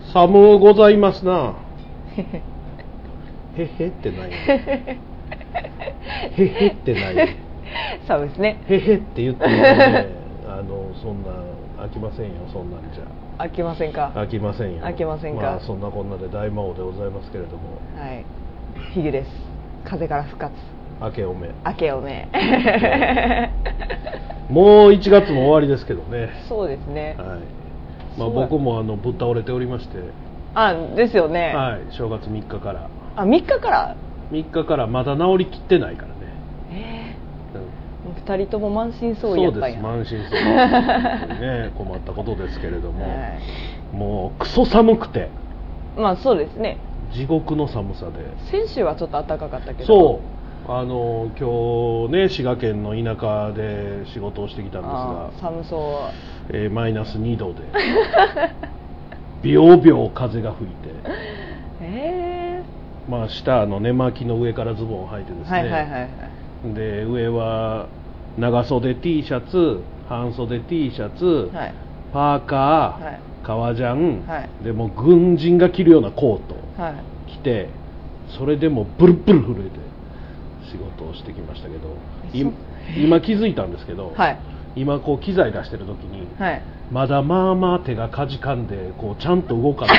寒うございますな。へへってない。へへってない。 寒いですね。 へへって言ってもね、そんな飽きませんよ。そんなんじゃ飽きませんか。 飽きませんよ。 飽きませんか。 まあそんなこんなで大魔王でございますけれども。 はい。ヒゲです。風から復活。 明けおめ。 明けおめ。 もう1月も終わりですけどね。 そうですね。 はい。まあ僕もぶっ倒れておりまして。 あ、ですよね。 はい。正月3日から。 あ、3日から。 3日からまだ治りきってないからね。 2人とも満身創痍やったんや。 そうです、満身創痍ね、困ったことですけれども、はい、もうクソ寒くて、 まあそうですね、 地獄の寒さで、 先週はちょっと暖かかったけど、 そう今日ね、滋賀県の田舎で仕事をしてきたんですが、 寒そう、 マイナス2度でビョービョー風が吹いて、まあ下寝巻きの上からズボンを履いてですね、はいはいはいはい、で上は長袖 T シャツ、半袖 T シャツ、はい、パーカー、はい、革ジャン、はい、でも軍人が着るようなコート着て、それでもブルブル震えて仕事をしてきましたけど、今気づいたんですけど、はい、今こう機材出してる時に、はい、まだまあまあ手がかじかんでこうちゃんと動かない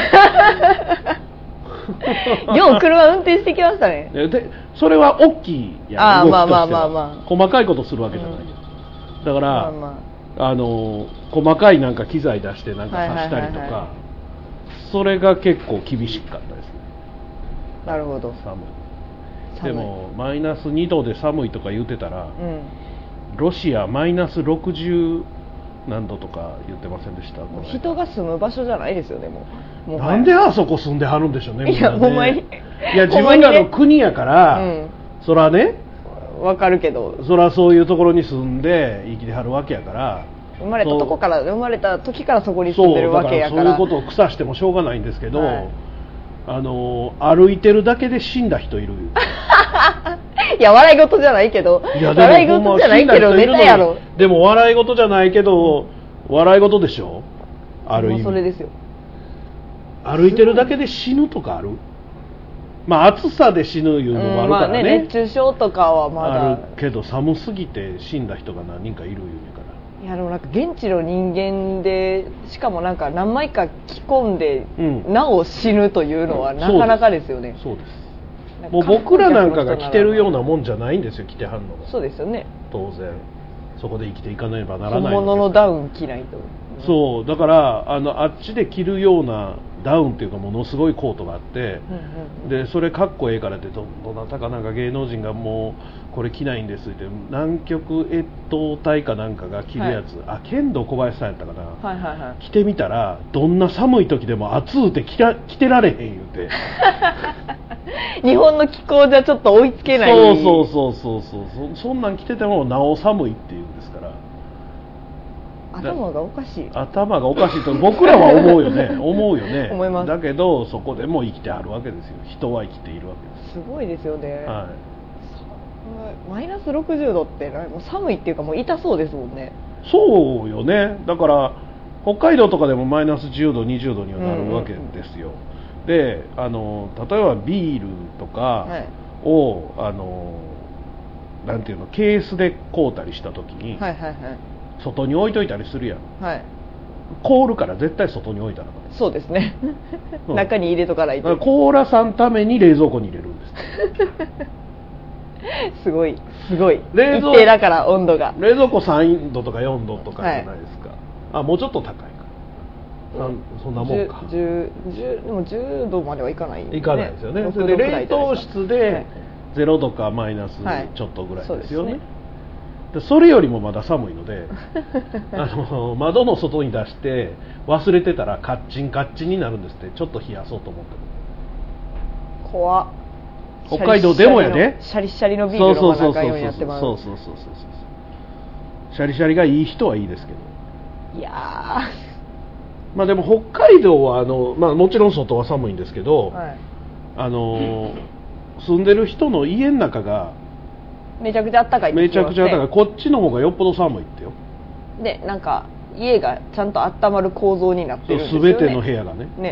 よう車運転してきましたね。 でそれは大きいや動きとしては細かいことするわけじゃない、だから、細かいなんか機材出してなんか走ったりとか、それが結構厳しかったですね。 なるほど。 寒い。でもマイナス2度で寒いとか言ってたら、ロシアマイナス60何度とか言ってませんでした？ 人が住む場所じゃないですよね。もうなんであそこ住んではるんでしょうね。 いやほんまに、 いや自分らの国やから、そらね、 わかるけど、 そらそういうところに住んで生きてはるわけやから、 生まれた時からそこに住んでるわけやから、 そういうことを腐してもしょうがないんですけど、はい、歩いてるだけで死んだ人いるいや笑い事じゃないけど、笑い事じゃないけどネタやろ。 でも笑い事じゃないけど笑い事でしょ、ある意味。 それですよ。 歩いてるだけで死ぬとかある？まあ暑さで死ぬいうのもあるからね、 まあね、熱中症とかはまだあるけど、寒すぎて死んだ人が何人かいるいうねから。 いやでもなんか現地の人間で、しかもなんか何枚か着込んで、なお死ぬというのはなかなかですよね。 そうです。もう僕らなんかが着てるようなもんじゃないんですよ、着てはんのが。 そうですよね。 当然そこで生きていかねばならない。 本物のダウン着ないと。 そうだからあっちで着るようなダウンっていうかものすごいコートがあって、でそれかっこええからってどなたかなんか芸能人がもうこれ着ないんですって南極越冬隊かなんかが着るやつ、はい、剣道小林さんやったかな、はいはいはい、着てみたらどんな寒い時でも暑うて着てられへん言うて日本の気候じゃちょっと追いつけない。 そうそんなん着ててもなお寒いっていうんですから。 頭がおかしい。 頭がおかしいと僕らは思うよね思うよね思います。 だけどそこでも生きてあるわけですよ。人は生きているわけです。 すごいですよね、 はい、 マイナス60度ってもう寒いっていうかもう痛そうですもんね。 そうよね。だから北海道とかでもマイナス10度20度にはなるわけですよ、で例えばビールとかを、はい、なんていうのケースで買うたりした時に、はいはいはい、外に置いといたりするやん、はい、凍るから絶対外に置いたらそうですね中に入れとかないと。 凍らさんために冷蔵庫に入れるんですすごい一定だから温度が。 冷蔵庫3度とか4度とかじゃないですか、はい、もうちょっと高いか、そんなもんか。 でも10度まではいかない、ね、 いかないですよね。それで冷凍室で0度かマイナスちょっとぐらいですよね、はい、でそれよりもまだ寒いので窓の外に出して忘れてたらカッチンカッチンになるんですって。ちょっと冷やそうと思っても怖っ。 北海道でもやで、 シャリシャリのビールの中ようにやってます。 そうシャリシャリがいい人はいいですけど、 いやまあでも北海道はもちろん外は寒いんですけど、はい、住んでる人の家の中がめちゃくちゃ暖かいって聞きますね。 めちゃくちゃ暖かい。こっちの方がよっぽど寒いってよ。 でなんか家がちゃんと温まる構造になってるんですよね。 全ての部屋がね。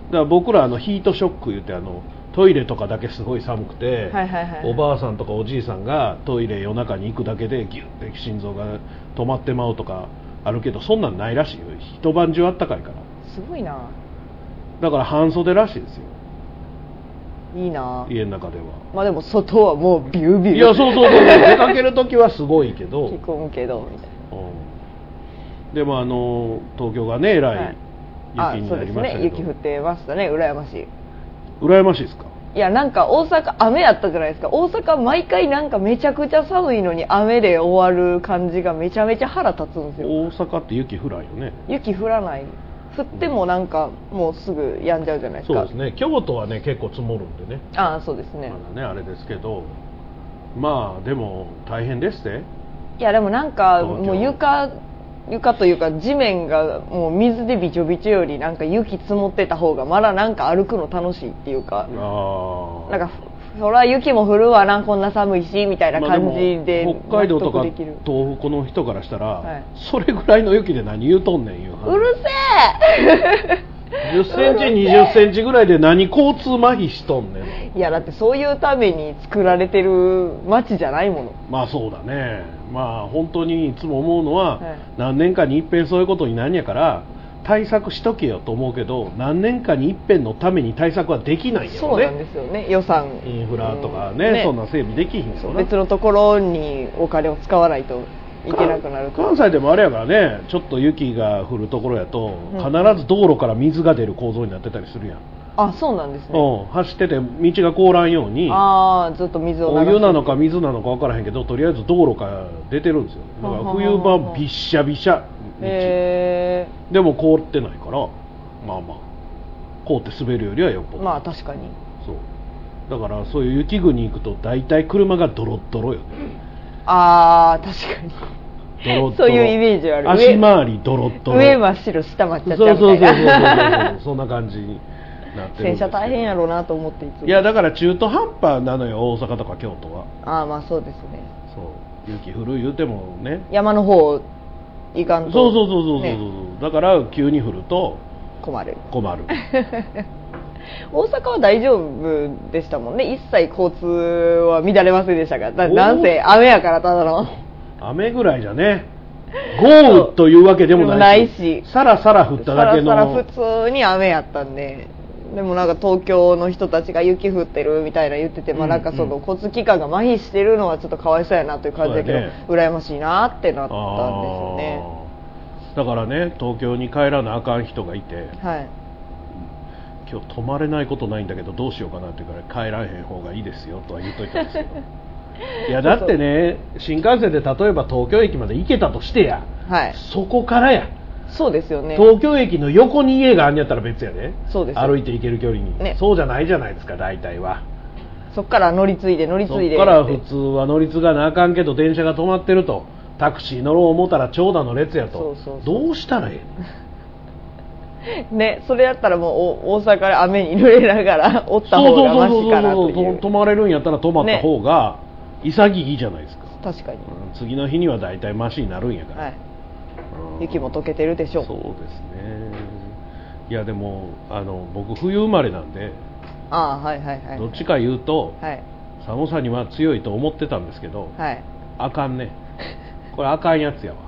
から僕らヒートショック言ってトイレとかだけすごい寒くて、おばあさんとかおじいさんがトイレ夜中に行くだけでギュッて心臓が止まってまうとかあるけど、そんなんないらしいよ。一晩中あったかいから。 すごいな。 だから半袖らしいですよ。 いいな。 家の中では。 まあでも外はもうビュービュー。 いやそう出かけるときはすごいけど。 着込むけどみたいな。 でも東京がねえらい雪になりましたけど。そうですね。 雪降ってましたね。羨ましい。 羨ましいですか。 いやなんか大阪雨やったじゃないですか。大阪毎回なんかめちゃくちゃ寒いのに雨で終わる感じがめちゃめちゃ腹立つんですよ。 大阪って雪降らんよね。 雪降らない。降ってもなんかもうすぐ止んじゃうじゃないですか。 そうですね。京都はね結構積もるんでね。 ああそうですね。 まだねあれですけど、まあでも大変ですね。 いやでもなんかもう床というか地面がもう水でびちょびちょよりなんか雪積もってた方がまだなんか歩くの楽しいっていうか、なんかそら雪も降るわなこんな寒いしみたいな感じで北海道とか東北の人からしたら、それぐらいの雪で何言うとんねん言う。 うるせえ 10センチ20センチぐらいで何交通麻痺しとんねん。いやだってそういうために作られてる街じゃないもの。 まあそうだね。まあ本当にいつも思うのは、何年かに一遍そういうことになんやから対策しとけよと思うけど、何年かに一遍のために対策はできないよね。 そうなんですよね。予算インフラとかね、そんな整備できひんよな。 別のところにお金を使わないといけなくなる。 関西でもあれやからね、ちょっと雪が降るところやと、必ず道路から水が出る構造になってたりするやん。 あ、そうなんですね。 走ってて道が凍らんように、 ずっと水を流してお湯なのか水なのか分からへんけど、とりあえず道路から出てるんですよ。だから冬場びっしゃびしゃ道、でも凍ってないから、まあまあ凍って滑るよりはよっぽど。 まあ確かに。 そうだからそういう雪国に行くと大体車がドロッドロよね。 確かにドロッドロそういうイメージある。 足回りドロッドロ、 上真っ白下真っ茶っちゃみたいな。 そんな感じになってるんですけど、 洗車大変やろうなと思っていつも。 いやだから中途半端なのよ、大阪とか京都は。 まあそうですね。 そう雪降る言うてもね、 山の方行かんと。 そう、ね、だから急に降ると困る大阪は大丈夫でしたもんね。一切交通は乱れませんでしたから。なんせ雨やからただの雨ぐらいじゃね、豪雨というわけでもないし、さらさら降っただけの、 さらさら普通に雨やったんで。でもなんか東京の人たちが雪降ってるみたいな言ってて、なんかその交通機関が麻痺してるのはちょっとかわいそうやなという感じだけど、羨ましいなってなったんですよね。 だからね、東京に帰らなあかん人がいて、今日泊まれないことないんだけどどうしようかなって言うから、帰らへん方がいいですよとは言っといたんですけどいやだってね、新幹線で例えば東京駅まで行けたとしてや、そこからや。 そうですよね。 東京駅の横に家があんやったら別やで、 そうです歩いて行ける距離に、そうじゃないじゃないですか大体は。 そっから乗り継いでそっから普通は乗り継がなあかんけど電車が止まってると、タクシー乗ろう思ったら長蛇の列やと。どうしたらええね、それやったらもう大阪で雨に濡れながらおった方がマシかなという。 泊まれるんやったら泊まった方が潔いじゃないですか。 確かに、 次の日には大体マシになるんやから、 雪も溶けてるでしょう。 そうですね。いやでも僕冬生まれなんで、どっちか言うと、寒さには強いと思ってたんですけど、あかんね、これあかんやつやわ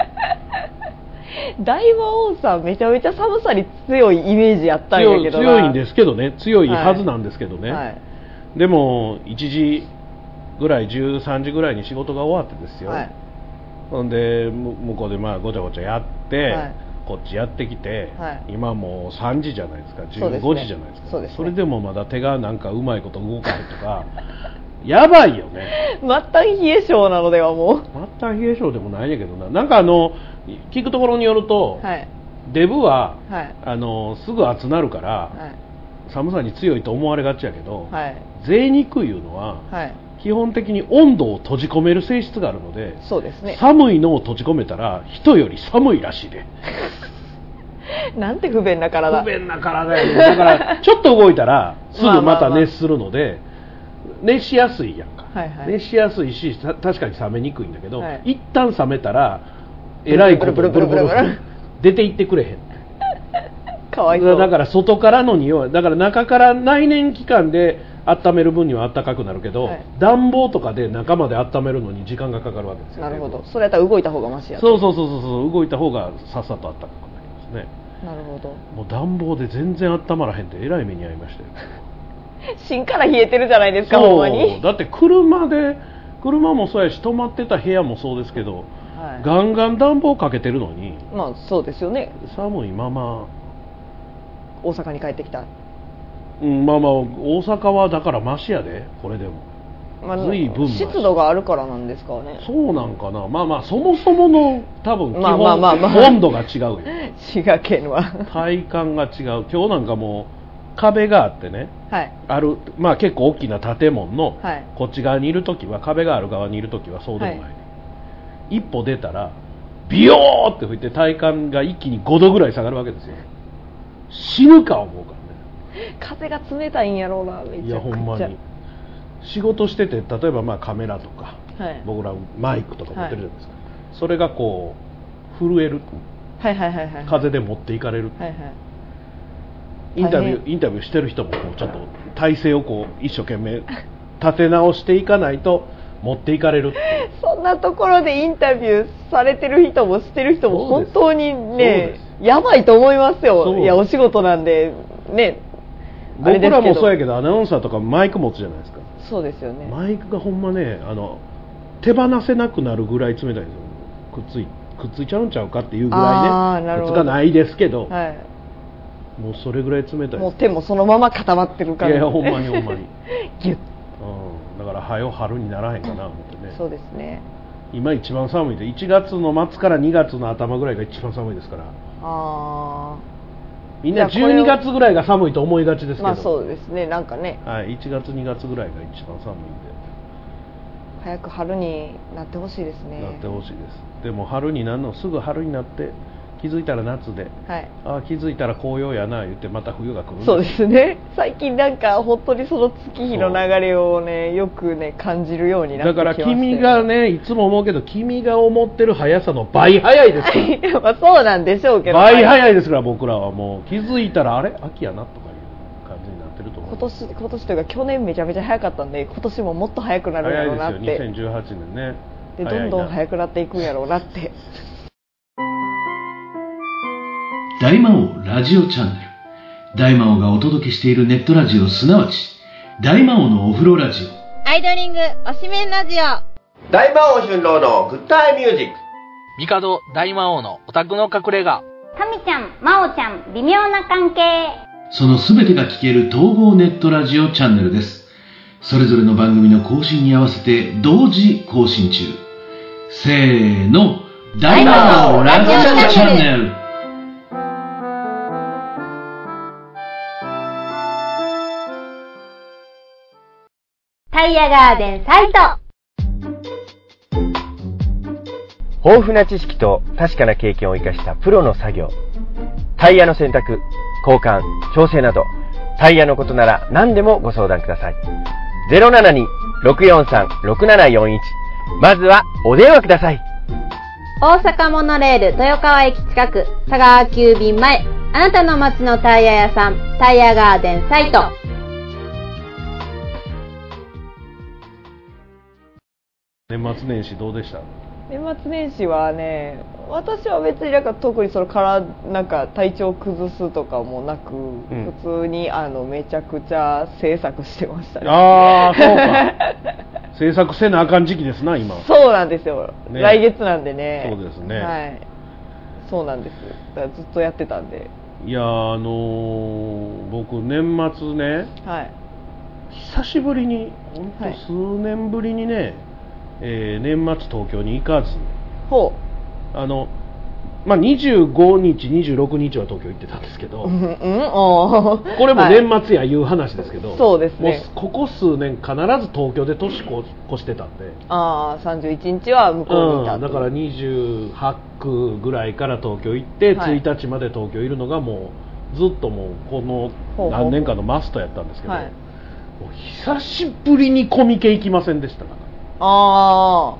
大魔王さんめちゃめちゃ寒さに強いイメージやったんやけどな。 強いんですけどね、強いはずなんですけどね、でも1時ぐらい13時ぐらいに仕事が終わってですよ、ほんで向こうでごちゃごちゃやって、こっちやってきて、今もう3時じゃないですか、15時じゃないですか。それでもまだ手がなんかうまいこと動かへんとかやばいよね。 末端冷え性なのではもう。 末端冷え性でもないんやけどな。なんか聞くところによると、デブは、すぐ熱なるから、寒さに強いと思われがちやけど、贅肉いうのは、基本的に温度を閉じ込める性質があるので、 そうですね、 寒いのを閉じ込めたら人より寒いらしいでなんて不便な体。 不便な体やね。だからちょっと動いたらすぐまた熱するので、熱しやすいやんか、熱しやすいし確かに冷めにくいんだけど、一旦冷めたらえらいことブルブルブル出ていってくれへん。 かわいそう。 だから外からの匂いだから中から内燃機関で温める分には暖かくなるけど、はい、暖房とかで中まで温めるのに時間がかかるわけですよ。 なるほど。それやったら動いた方がマシや。 そう動いた方がさっさと暖かくなりますね。 なるほど。 もう暖房で全然温まらへんってえらい目に遭いましたよ。 芯から冷えてるじゃないですか。ほんまに。 だって車もそうやし泊まってた部屋もそうですけど、はい、ガンガン暖房かけてるのに、 まあそうですよね。 寒いまま大阪に帰ってきた。 まあ大阪はだからマシやでこれでも、 まあ、随分湿度があるからなんですかね。 そうなんかな。まあそもそもの多分基本、温度が違うよ。 滋賀県は体感が違う。今日なんかもう壁があってね、 はい、 あるまあ結構大きな建物のこっち側にいるときは、壁がある側にいるときはそうでもない、はい、一歩出たらビヨーって吹いて体感が一気に5度ぐらい下がるわけですよ。死ぬか思うからね。 風が冷たいんやろうな。めちゃくちゃ。いやほんまに仕事してて、例えばまあカメラとか、はい、僕らマイクとか持ってるじゃないですか、はい、それがこう震える、風で持っていかれる、はいはい、インタビューしてる人もこうちょっと体勢をこう一生懸命立て直していかないと持っていかれるそんなところでインタビューされてる人もしてる人も本当にねやばいと思いますよ。いやお仕事なんでね。 僕らもそうやけどアナウンサーとかマイク持つじゃないですか。 そうですよね。 マイクがほんまね手放せなくなるぐらい冷たいですよ。くっついちゃうんちゃうかっていうぐらいね。くっつかないですけど、はい、もうそれぐらい冷たいです。 もう手もそのまま固まってるから、ね、 いやほんまにギュッ、 だから早う春にならへんかな思ってね。 そうですね。 今一番寒いで1月の末から2月の頭ぐらいが一番寒いですから。みんな12月ぐらいが寒いと思いがちですけど、 まあそうですね。なんかね、 はい、1月2月ぐらいが一番寒いんで早く春になってほしいですね。 なってほしいです。でも春になるのすぐ春になって気づいたら夏で、はい、気づいたら紅葉やな言ってまた冬が来るんです。 そうですね。最近なんか本当にその月日の流れをねよくね感じるようになってきましたよ。 だから君がねいつも思うけど君が思ってる速さの倍速いですからまあそうなんでしょうけど倍速いですから僕らはもう気づいたらあれ秋やなとかいう感じになってると思う。 今年というか去年めちゃめちゃ早かったんで今年ももっと早くなるんやろうなって。 早いですよ2018年ね。 でどんどん早くなっていくんやろうなって大魔王ラジオチャンネル。大魔王がお届けしているネットラジオ、すなわち大魔王のお風呂ラジオ、 アイドリングおしめんラジオ、 大魔王春郎のグッタイミュージック、 帝大魔王のオタクの隠れ家、 神ちゃん魔王ちゃん微妙な関係。 そのすべてが聞ける統合ネットラジオチャンネルです。それぞれの番組の更新に合わせて同時更新中。せーの、大魔王ラジオチャンネル。 タイヤガーデンサイト。 豊富な知識と確かな経験を生かしたプロの作業。タイヤの選択、交換、調整など、タイヤのことなら何でもご相談ください。072-643-6741。まずはお電話ください。 大阪モノレール豊川駅近く、佐川急便前。あなたの街のタイヤ屋さん、タイヤガーデンサイト。 年末年始どうでした？ 年末年始はね、私は別になんか特にそのからなんか体調崩すとかもなく、普通にめちゃくちゃ制作してましたね。 ああ、そうか。制作せなあかん時期ですな今。 そうなんですよ。ね、来月なんでね。 そうですね。 はい。そうなんです。だからずっとやってたんで。 いや僕年末ね、はい、久しぶりに本当数年ぶりにね。年末東京に行かず、 ほうまあ、25日26日は東京行ってたんですけど、これも年末やいう話ですけど、 そうですね、 もうここ数年必ず東京で年越してたんで、 31日は向こうにいた、 だから28区ぐらいから東京行って、1日まで東京いるのがもうずっともうこの何年かのマストやったんですけど、もう久しぶりにコミケ行きませんでしたから。 そ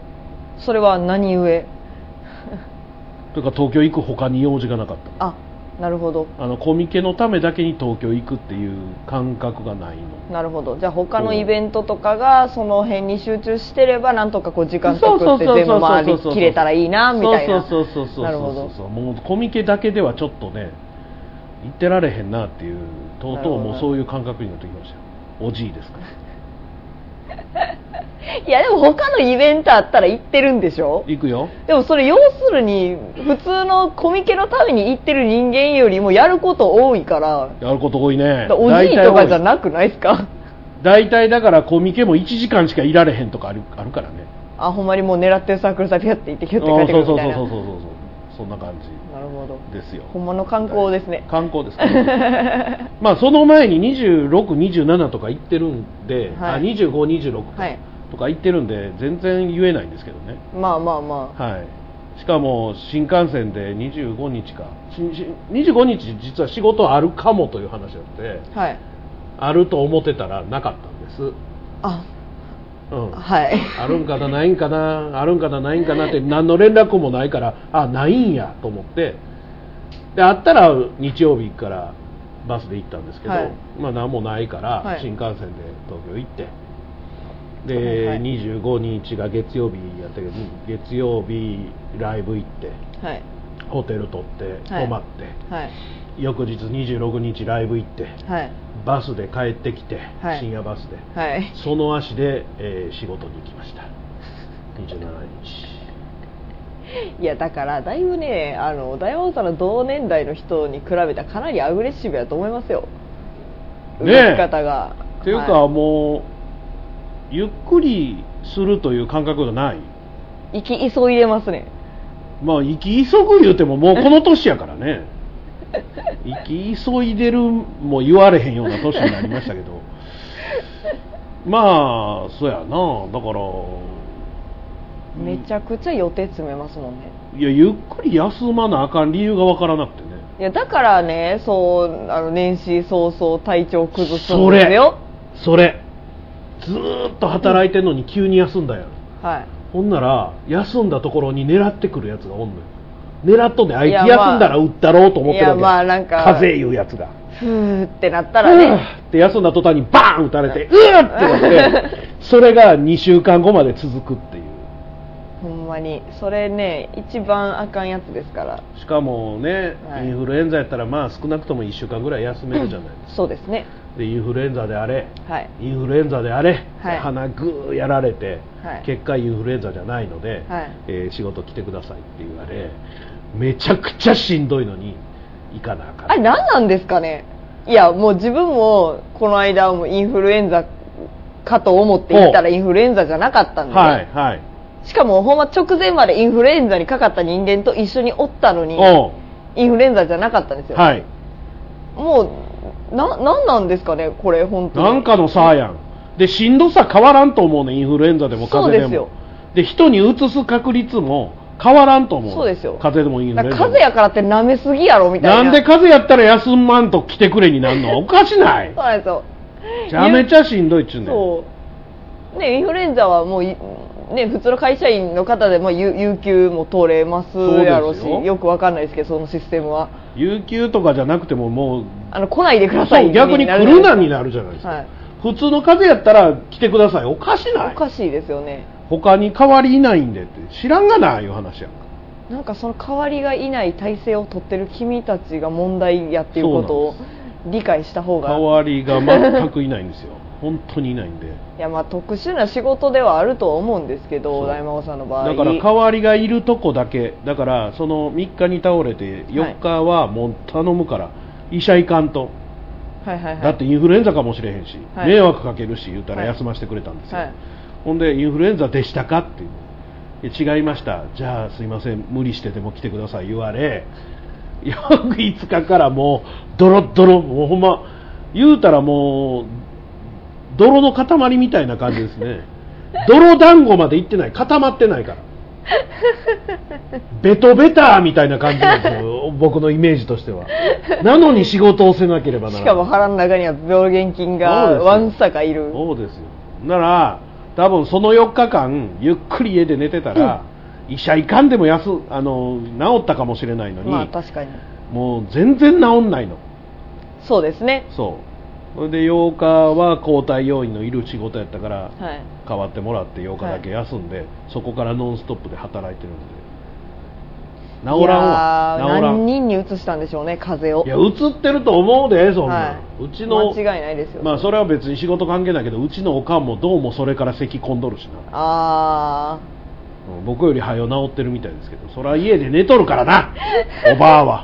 れは何故というか東京行く他に用事がなかった。 なるほど。 コミケのためだけに東京行くっていう感覚がないの。 なるほど。じゃあ他のイベントとかがその辺に集中してればなんとかこう時間作って全部回りきれたらいいなみたいな。 そうなるほど。もうコミケだけではちょっとね行ってられへんなっていう、とうとうもうそういう感覚になってきましたよ。おじいですからいやでも他のイベントあったら行ってるんでしょ。 行くよ。 でもそれ要するに普通のコミケのために行ってる人間よりもやること多いから。 やること多いね。 おじいとかじゃなくないですか。 大体だからコミケも1時間しかいられへんとかあるからね。 あ、ほんまにもう狙ってるサークルさピュって行ってキュッて帰ってくるみたいな。 そうそんな感じ。 なるほどですよ。 ほんまの観光ですね。 観光ですか、ね、まあその前に26、27とか行ってるんで、はい、25、26とか行ってるんで全然言えないんですけどね。 まあ、 はい。しかも新幹線で25日か25日実は仕事あるかもという話だって、はい、あると思ってたらなかったんです。はい、あるんかなないんかな、あるんかなないんかなって何の連絡もないから、ないんやと思って、であったら日曜日からバスで行ったんですけど、はい、まあ何もないから新幹線で東京行って、で、はい、25日が月曜日やったけど月曜日ライブ行って、はい、ホテル取って泊まって、はい、翌日26日ライブ行って、はい、バスで帰ってきて、はい、深夜バスで、はい、その足で、仕事に行きました。27日。 いやだからだいぶね、大王さんの同年代の人に比べたらかなりアグレッシブやと思いますよ、動き方が。 っていうか、はい、もうゆっくりするという感覚がない。 生き急いでますね。 まあ生き急ぐ言うてももうこの年やからね生き急いでるも言われへんような年になりましたけどまあそうやな。だからめちゃくちゃ予定詰めますもんね。 いやゆっくり休まなあかん理由が分からなくてね。 いやだからね、そう年始早々体調崩すんですよ。 それずーっと働いてんのに急に休んだやん、はい、ほんなら休んだところに狙ってくるやつがおんのよ。狙っとんねん。あいつ休んだら打ったろうと思ってるわけ。いやまあなんか風いうやつがふーってなったらね、 って休んだ途端にバーン打たれてうーってなってそれが2週間後まで続くっていう。 ほんまにそれね一番あかんやつですから。 しかもね、はい、インフルエンザやったらまあ少なくとも1週間ぐらい休めるじゃないですか、 そうですね。 でインフルエンザであれ、はい、インフルエンザであれ、はい、鼻グーやられて、はい、結果インフルエンザじゃないので、はい、仕事来てくださいって言われ、めちゃくちゃしんどいのに行かなあかん。 あれ何なんですかね。いやもう自分もこの間もインフルエンザかと思って行ったらインフルエンザじゃなかったんで、はいはい、しかもほんま直前までインフルエンザにかかった人間と一緒におったのにインフルエンザじゃなかったんですよ、はい、もうなんなんですかねこれ本当に。 なんかの差やん。でしんどさ変わらんと思うね。インフルエンザでも風邪でも。そうですよ。で人にうつす確率も変わらんと思う。 そうですよ。 風邪でもインフルエンザでも。 風邪やからって舐めすぎやろみたいな。 なんで風邪やったら休まんと来てくれになんのおかしない。 そうなんですよ。 めちゃめちゃしんどいっちゅうねん。 そうね、インフルエンザはもうね普通の会社員の方でも有給も取れますやろし、よくわかんないですけどそのシステムは。 有給とかじゃなくてももう来ないでください。 そう逆に来るなになるじゃないですか、はい、普通の風邪やったら来てください。おかしない。 おかしいですよね。 他に代わりいないんでって知らんがないう話やんか。 なんかその代わりがいない体制を取ってる君たちが問題やっていうことを理解した方が。 代わりが全くいないんですよ本当にいないんで。 いやまあ特殊な仕事ではあるとは思うんですけど大魔王さんの場合だから代わりがいるとこだけだから、その3日に倒れて4日はもう頼むから、はい、医者行かんと、はいはいはい、だってインフルエンザかもしれへんし、はい、迷惑かけるし言ったら休ませてくれたんですよ、はい、ほんでインフルエンザでしたかって違いました。じゃあすいません無理してでも来てください言われ、翌5日からもうドロッドロ、もうほんま言うたらもう泥の塊みたいな感じですね。泥団子までいってない、固まってないからベトベタみたいな感じなんですよ僕のイメージとしては。なのに仕事をせなければならない。 しかも腹の中には病原菌がわんさかいる。 そうですよ。なら多分その4日間ゆっくり家で寝てたら、医者行かんでも治ったかもしれないのに、 まあ確かにもう全然治んないの。 そうですね。 それで8日は交代要員のいる仕事やったから、 はい、 代わってもらって8日だけ休んで、はい、そこからノンストップで働いてるんで治らんわ。 何人に移したんでしょうね、風邪を。 いや移ってると思うで、そんな、はい、うちの間違いないですよ。 まあそれは別に仕事関係ないけど、うちのおかんもどうもそれから咳込んどるしな。僕より早治ってるみたいですけど、それは家で寝とるからなおばあは。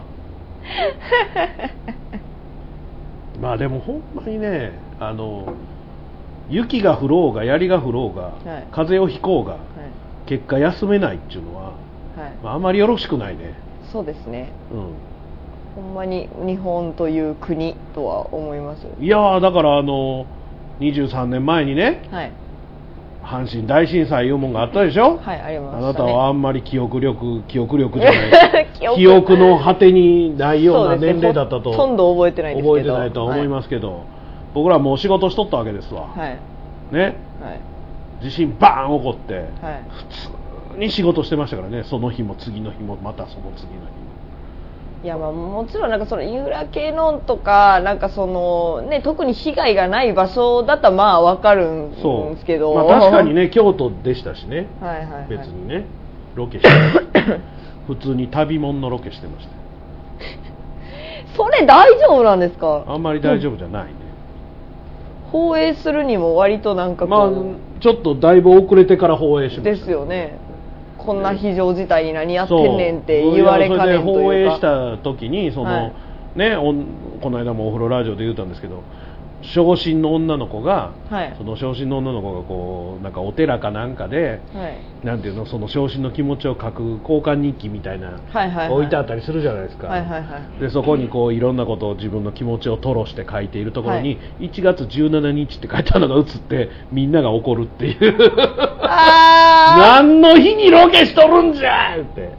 まあでもほんまにね、雪が降ろうが槍が降ろうが、はい、風邪をひこうが、はい、結果休めないっていうのは、はい、まあ、あまりよろしくないね。 そうですね、ほんまに日本という国とは思います。 いやだから23年前にね、はい、阪神大震災いうもんがあったでしょ。 はい、ありましたね。 あなたはあんまり記憶力じゃない記憶の果てにないような年齢だったと、 ほとんど覚えてないですけど、 覚えてないとは思いますけど、はい、僕らはもう仕事しとったわけですわ、はい、ね、はい、地震バーン起こって、はい、普通に仕事してましたからね。その日も次の日もまたその次の日も。 いや、まあもちろんなんかそのユーラ系のとかなんかそのね、特に被害がない場所だったらまあわかるんですけど、 まあ、確かにね京都でしたしね、はいはいはい、別にねロケして普通に旅もんのロケしてました。 それ大丈夫なんですか？ あんまり大丈夫じゃないね、 放映するにも割となんかこう、 まあ、ちょっとだいぶ遅れてから放映しましたですよね。こんな非常事態に何やってんねんって言われかねんというか、 それで放映した時にその、はい、ね、この間もお風呂ラジオで言ったんですけど、昇進の女の子が、はい、その昇進の女の子がこうなんかお寺かなんかで、はい、なんていうの、その昇進の気持ちを書く交換日記みたいな、はいはいはい、置いてあったりするじゃないですか、はいはいはい、でそこにこういろんなことを自分の気持ちを吐露して書いているところに、はい、1月17日って書いてあるのが映ってみんなが怒るっていう何の日にロケしとるんじゃーって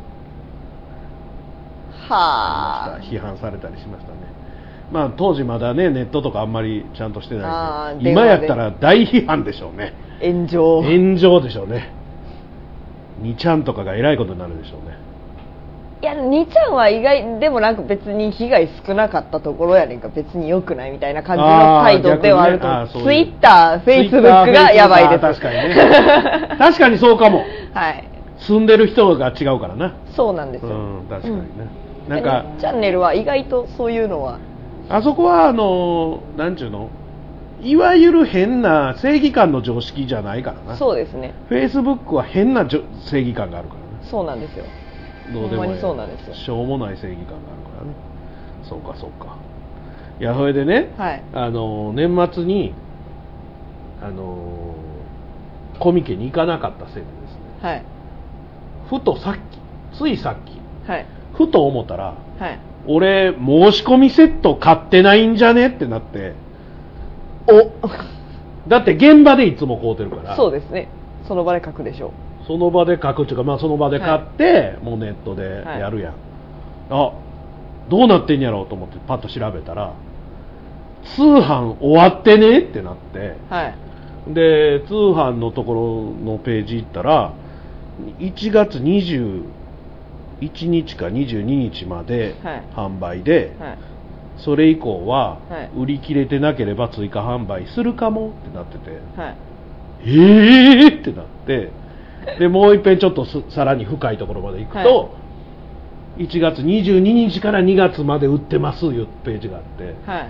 は批判されたりしましたね。まあ、当時まだねネットとかあんまりちゃんとしてないけど、今やったら大批判でしょうね。炎上でしょうね。2ちゃんとかがえらいことになるでしょうね。 いや2ちゃんは意外でもなんか別に被害少なかったところやねんか、別に良くないみたいな感じの態度ではあると思う。ツイッター、フェイスブックがやばいです。 確かにね確かにそうかも、 はい、 住んでる人が違うからな。 そうなんですよ、 確かにね、なんかチャンネルは意外とそういうのはあそこはなんちゅうの、いわゆる変な正義感の常識じゃないからな。 そうですね。 フェイスブックは変な正義感があるからね。 そうなんですよ。 どうでもいい、 ほんまにそうなんですよ。 しょうもない正義感があるからね。そうかそうか。いやそれでね、はい、年末にコミケに行かなかったせいでですね、はい、ふとついさっき、はい、ふと思ったら、はい、俺申し込みセット買ってないんじゃねってなって、だって現場でいつも買うてるから。 そうですね、その場で書くでしょう。 その場で書くっていうか、まあ、その場で買って、はい、もうネットでやるやん、はい、どうなってんやろうと思ってパッと調べたら通販終わってねってなって、はい、で通販のところのページ行ったら1月21日か22日まで販売で、はいはい、それ以降は売り切れてなければ追加販売するかもってなってて、はい、ってなって、でもう一遍ちょっとさらに深いところまで行くと、はい、1月22日から2月まで売ってますいうページがあって、はい、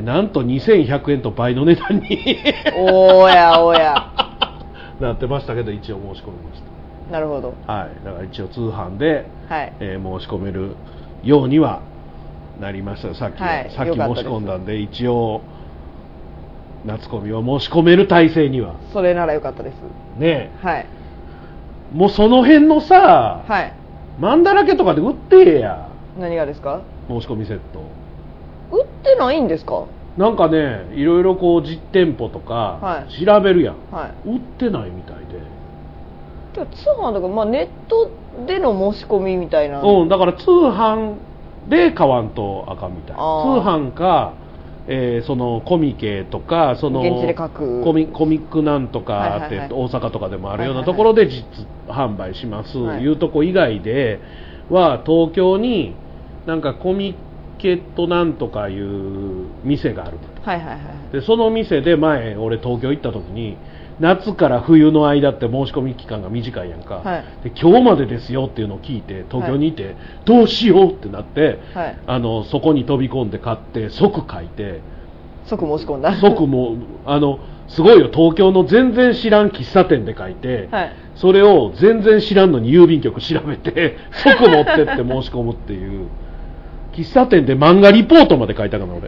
なんと2100円と倍の値段におやおやなってましたけど、一応申し込みました。 なるほど、 はい、だから一応通販で、はい申し込めるようにはなりました。さっき申し込んだんで、一応夏コミは申し込める体制には。 それならよかったですね。 はい、 もうその辺のさ、はい、マンだらけとかで売ってや。 何がですか？ 申し込みセット売ってないんですか？ なんかね、いろいろこう実店舗とか調べるやん、はい、売ってないみたいで。 通販とか、まあ、ネットでの申し込みみたいな。 だから通販で買わんとあかんみたいな。通販か、そのコミケとか、その現地で書くコミックなんとかって、はいはいはい、大阪とかでもあるようなところで実販売します、はい、いうとこ以外では東京になんかコミケットなんとかいう店がある、 はいはいはい、 でその店で前俺東京行った時に夏から冬の間って申し込み期間が短いやんか、 はい、 で今日までですよっていうのを聞いて東京にいて、はい、どうしようってなって、はい、そこに飛び込んで買って即書いて即申し込んだ即もすごいよ、東京の全然知らん喫茶店で書いて、はい、それを全然知らんのに郵便局調べて即持ってって申し込むっていう喫茶店で漫画リポートまで書いたかな俺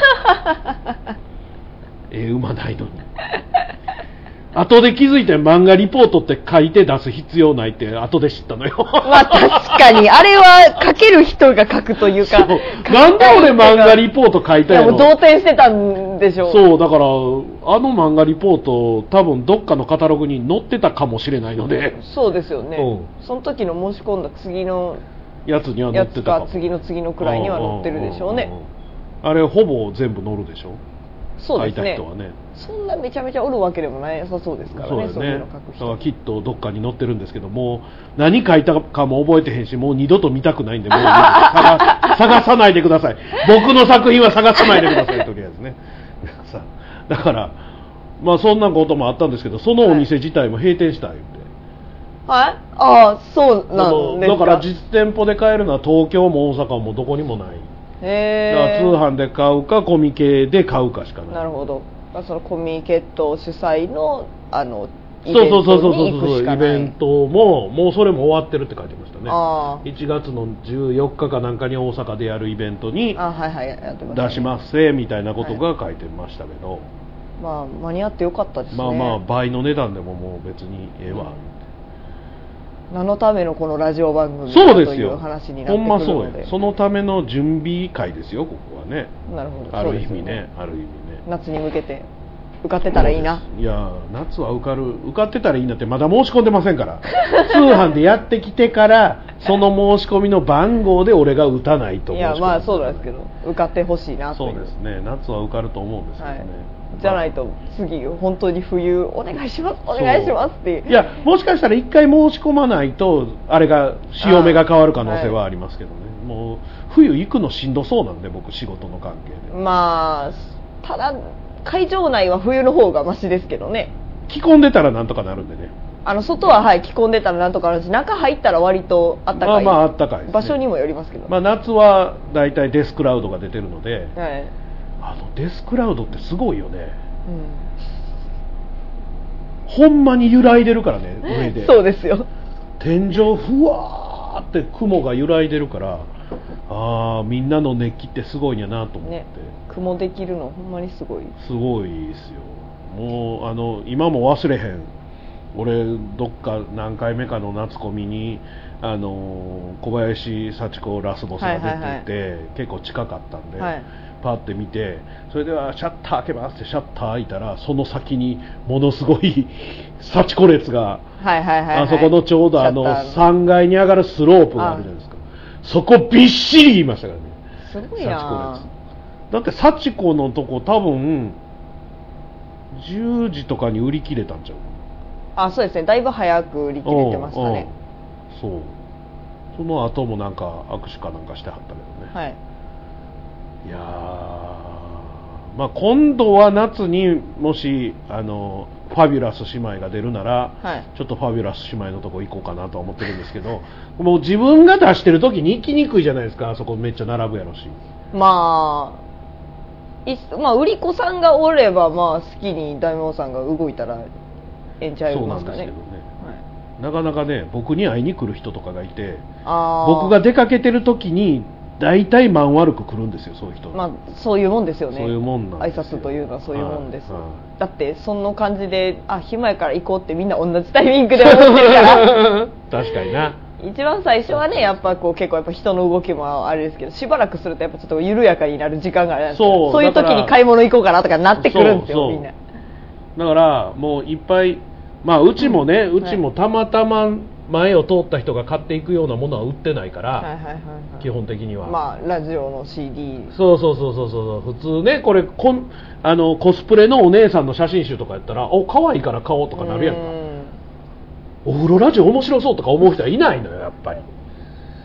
うまないのに後で気づいて漫画リポートって書いて出す必要ないって後で知ったのよまあ確かにあれは書ける人が書くというかなんで俺漫画リポート書いたやろ。 いやもう動転してたんでしょう。 そうだから漫画リポート多分どっかのカタログに載ってたかもしれないので。 そうですよね、うん、その時の申し込んだ次のやつには載ってたかも。 次のくらいには載ってるでしょうね。 あれほぼ全部載るでしょ。 そうですね。 書いた人はね。 そんなめちゃめちゃおるわけでもないさそうですからね。そういうの書く人。 だからきっとどっかに載ってるんですけども、何書いたかも覚えてへんし、もう二度と見たくないんで、もう探さないでください。僕の作品は探さないでくださいとりあえずね。だからまあそんなこともあったんですけど、そのお店自体も閉店した言って。 はい。ああ、そうなんですか。 だから実店舗で買えるのは東京も大阪もどこにもない。だから通販で買うかコミケで買うかしかない。 なるほど。そのコミケット主催のイベントに行くしかない。イベントももうそれも終わってるって書いてましたね。1月の14日かなんかに大阪でやるイベントに出しますせみたいなことが書いてましたけど、はい、 まあ間に合ってよかったですね。 まあまあ倍の値段でももう別にええわ。 何のためのこのラジオ番組かという話になってくるので、 ほんまそうよ。そのための準備会ですよここはね。 なるほど。 ある意味ね、ある意味ね。 夏に向けて受かってたらいいな。 いや夏は受かってたらいいなってまだ申し込んでませんから通販でやってきてからその申し込みの番号で俺が打たないと。 いやまあそうなんですけど受かってほしいなという。 そうですね。夏は受かると思うんですけどね、はい、 じゃないと次本当に冬お願いしますお願いしますっていう。 いやもしかしたら一回申し込まないとあれが潮目が変わる可能性はありますけどね、はい、もう冬行くのしんどそうなんで僕仕事の関係で。 まあただ会場内は冬の方がマシですけどね。 着込んでたらなんとかなるんでね。 外ははい着込んでたらなんとかなるし、中入ったら割とあったかい。 まああったかいですね。 場所にもよりますけど。 まあ夏はだいたいデスクラウドが出てるので、 はい、 デスクラウドってすごいよね。ほんまに揺らいでるからね上で。 そうですよ。 天井ふわーって雲が揺らいでるから、みんなの熱気ってすごいんやなと思って、ね、 雲できるのほんまにすごい。 すごいですよ。もう今も忘れへん。俺どっか何回目かの夏コミに小林幸子ラスボスが出てて、はいはいはい、結構近かったんで、はい、パッて見て、それではシャッター開けますってシャッター開いたらその先にものすごい幸子列が、 はいはいはいはい、 あそこのちょうど3階に上がるスロープがあるじゃないですか。そこびっしりいましたからね。 すごいな。 だって幸子のとこ多分10時とかに売り切れたんちゃう。 そうですね。だいぶ早く売り切れてましたね。 そう。その後もなんか握手かなんかしてはったけどね。 はい。 いやまあ今度は夏にもしファビュラス姉妹が出るなら、はい、ちょっとファビュラス姉妹のとこ行こうかなとは思ってるんですけど、もう自分が出してる時に行きにくいじゃないですか。あそこめっちゃ並ぶやろし。 まあ売り子さんがおれば好きに大魔王さんが動いたらえんちゃいますかね。そうなんですけどね、はい、なかなかね僕に会いに来る人とかがいて、僕が出かけてる時に大体満悪く来るんですよそういう人。 そういうもんですよね。 そういうもんなんですよ。 挨拶というのはそういうもんです、だってその感じで暇やから行こうってみんな同じタイミングで思ってるから確かにな。 一番最初はねやっぱ結構人の動きもあれですけど、しばらくするとやっぱちょっと緩やかになる時間があるんですよ。そういう時に買い物行こうかなとかなってくるんですよ。みんなだからもういっぱい、うちもね、うちもたまたま前を通った人が買っていくようなものは売ってないから、基本的にはラジオの CD。 そう普通ねこれコスプレのお姉さんの写真集とかやったら可愛いから買おうとかなるやんか。お風呂ラジオ面白そうとか思う人はいないのよやっぱり。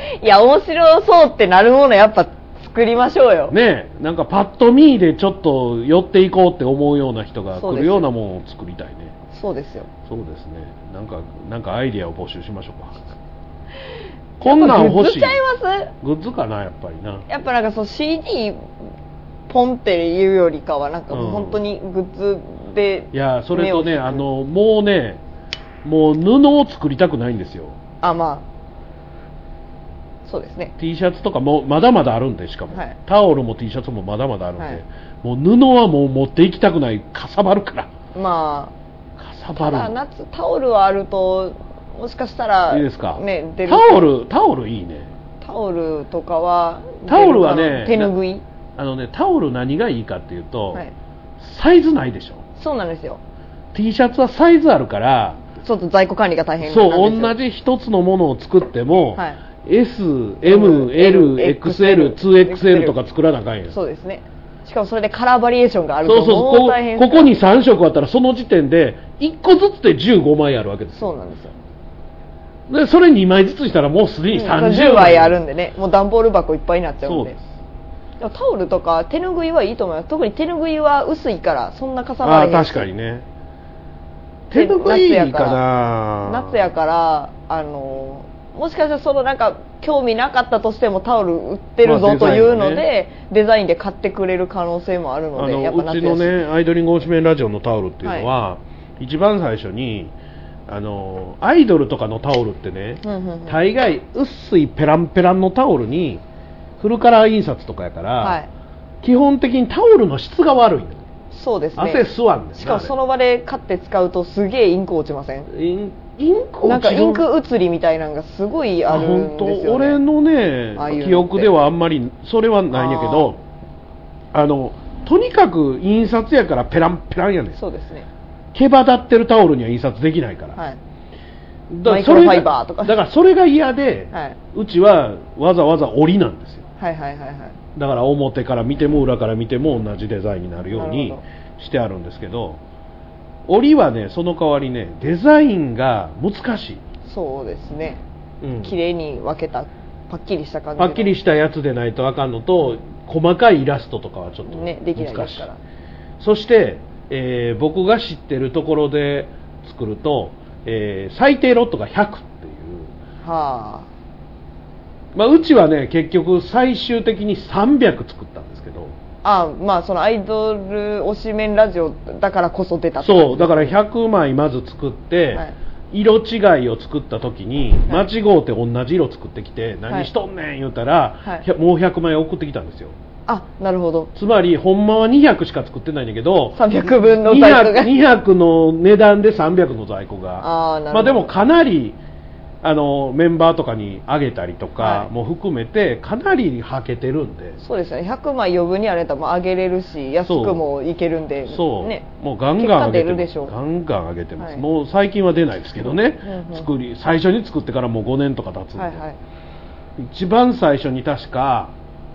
いや面白そうってなるものやっぱ作りましょうよね。なんかパッと見でちょっと寄っていこうって思うような人が来るようなものを作りたいね。 そうですよ。 そうですね。なんかアイディアを募集しましょうか。こんなん欲しい。 グッズちゃいます？ グッズかなやっぱりな。 やっぱなんかそう CD ポンっていうよりかはなんかもう本当にグッズで、 いやそれとねもう布を作りたくないんですよ。 あ、まあそうですね。 T シャツとかもまだまだあるんで、しかも、はい、タオルも T シャツもまだまだあるんで、はい、もう布はもう持っていきたくない。かさばるから。 まあかさばる。 ただタオルはあるともしかしたらいいですか、 ね、出る。 タオルいいね。 タオルとかはタオルはね手ぬぐいタオル何がいいかっていうと、はい、サイズないでしょ。 そうなんですよ。 T シャツはサイズあるからちょっと在庫管理が大変なんですよ。 そう同じ一つのものを作っても、はい、S、M、L、XL、2XL とか作らなあかんやん。 そうですね。しかもそれでカラーバリエーションがあるともう大変。 ここに3色あったらその時点で1個ずつで15枚あるわけです。 そうなんですよ。 でそれ2枚ずつしたらもうすでに30 枚あるんでね、もう段ボール箱いっぱいになっちゃうんで。タオルとか手ぬぐいはいいと思います。特に手ぬぐいは薄いからそんなかさばれへんし。 確かにね。手ぬぐいいいかな。 夏やからもしかしたらそのなんか興味なかったとしてもタオル売ってるぞというので、デザインで買ってくれる可能性もあるので、やっぱ夏やし。 うちのねアイドリング推しメンラジオのタオルっていうのは、はい、一番最初にアイドルとかのタオルってね、大概薄いペランペランのタオルにフルカラー印刷とかやから、はい、基本的にタオルの質が悪いの。 そうですね。 汗吸わんねん。 しかもその場で買って使うとすげえインク落ちません？ インクなんかインク移りみたいなのがすごいあるんですよね。 本当俺のね記憶ではあんまりそれはないんやけど、とにかく印刷やからペランペランやねん。 そうですね。 毛羽立ってるタオルには印刷できないから、はい、 マイクロファイバーとかだからそれが嫌で、はい、うちはわざわざ折りなんですよ。 はいはいはいはい。 だから表から見ても裏から見ても同じデザインになるようにしてあるんですけど、折りはねその代わりねデザインが難しい。 そうですね、綺麗に分けたパッキリした感じ、 パッキリしたやつでないとあかんのと、細かいイラストとかはちょっと難しい、 ね、できないですから。 そして、僕が知ってるところで作ると、最低ロットが100っていう、 はあ、 まあ、うちはね結局最終的に300作ったんですけど、 まあそのアイドル推しメンラジオだからこそ出たってそうだから100枚まず作って、はい、色違いを作った時に、はい、間違うて同じ色作ってきて、はい、何しとんねん言うたら、はい、もう100枚送ってきたんですよ。 なるほど。 つまりほんまは200しか作ってないんだけど 300分の在庫が 200の値段で300の在庫がまあでもかなりメンバーとかにあげたりとかも含めてかなりはけてるんで、 そうですね。100枚余分にあれたらあげれるし安くもいけるんで、 そう、 ね、 もうガンガンあげてます。ガンガンあげてます、はい、もう最近は出ないですけどね、最初に作ってからもう5年とか経つんで、はいはい、一番最初に確か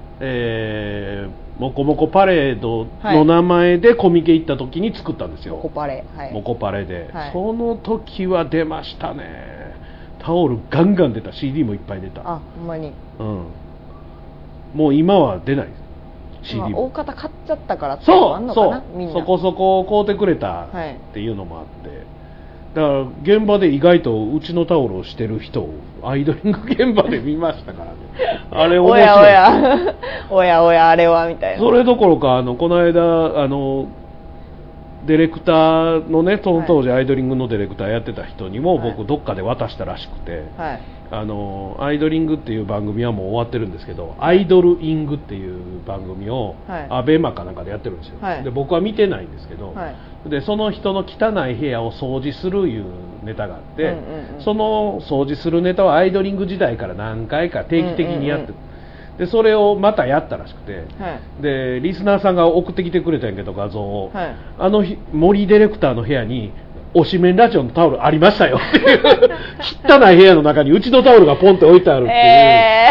モコモコパレードの名前でコミケ行った時に作ったんですよ、 モコパレ、はい、 モコパレで、はい、その時は出ましたね。タオルガンガン出た。 CD もいっぱい出た。 ほんまに、 もう今は出ない CD も、 大方買っちゃったからっていうのもあんのかな。みんなそこそこ買うてくれたっていうのもあって、だから現場で意外とうちのタオルをしてる人をアイドリング現場で見ましたからねあれ面白いおやあれはみたいな。 それどころかこの間ディレクターのね、その当時アイドリングのディレクターやってた人にも僕どっかで渡したらしくて、はい、アイドリングっていう番組はもう終わってるんですけど、アイドルイングっていう番組をアベマかなんかでやってるんですよ、はい、で僕は見てないんですけど、はい、でその人の汚い部屋を掃除するいうネタがあって、その掃除するネタはアイドリング時代から何回か定期的にやって、でそれをまたやったらしくて、はい、でリスナーさんが送ってきてくれたんやけど画像を、はい、森ディレクターの部屋に推しメンラジオのタオルありましたよっていう汚い部屋の中にうちのタオルがポンって置いてあるっていう、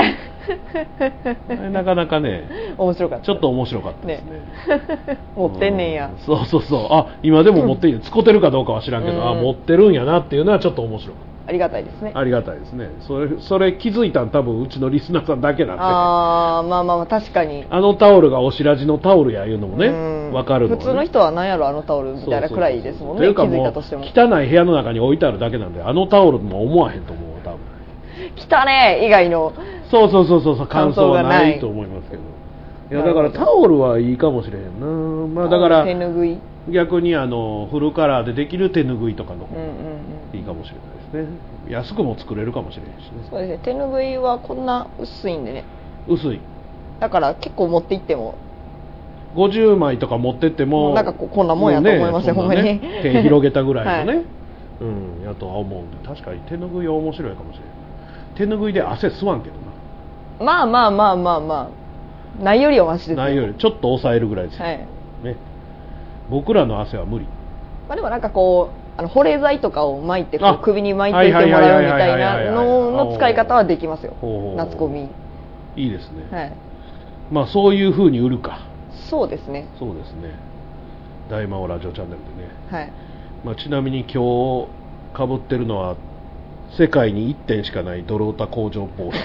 なかなかね面白かった、 ちょっと面白かったですね。 持ってんねんや、 そうそうそう、あ今でも持っている、使ってるかどうかは知らんけど、あ持ってるんやなっていうのはちょっと面白かった。 ありがたいですね。 ありがたいですね。それ気づいたん多分うちのリスナーさんだけなんで。 ああ、まあまあ確かに。 あのタオルがおしらじのタオルやいうのもね、分かるの、ね、 普通の人は何やろあのタオルみたいなくらいですもんね。 気づいたとしても。汚い部屋の中に置いてあるだけなんで、あのタオルも思わへんと思う多分。 汚ね以外の。 そう感想はないと思いますけど。いやだからタオルはいいかもしれへんな。まあだから手ぬぐい。逆にフルカラーでできる手ぬぐいとかの方がいいかもしれないですね。安くも作れるかもしれないしね。 そうですね。手ぬぐいはこんな薄いんでね。 薄い。 だから結構持って行っても 50枚とか持ってってもなんかこんなもんやと思いますよ、ほんまに。 手広げたぐらいのね、はい、やとは思うんで、確かに手ぬぐいは面白いかもしれない。手ぬぐいで汗吸わんけどな。まあないよりはマシですよ。 ないよりちょっと抑えるぐらいですよ、はいね、僕らの汗は無理。 まあ、でもなんかこう保冷剤とかを巻いてこう首に巻いていてもらうみたいなのの使い方はできますよ。夏コミいいですね、 はい、 まあそういう風に売るか。 そうですね。 そうですね。大魔王ラジオチャンネルでね、 はい、 まあ、ちなみに今日かぶってるのは世界に1点しかないドルオタ工場帽子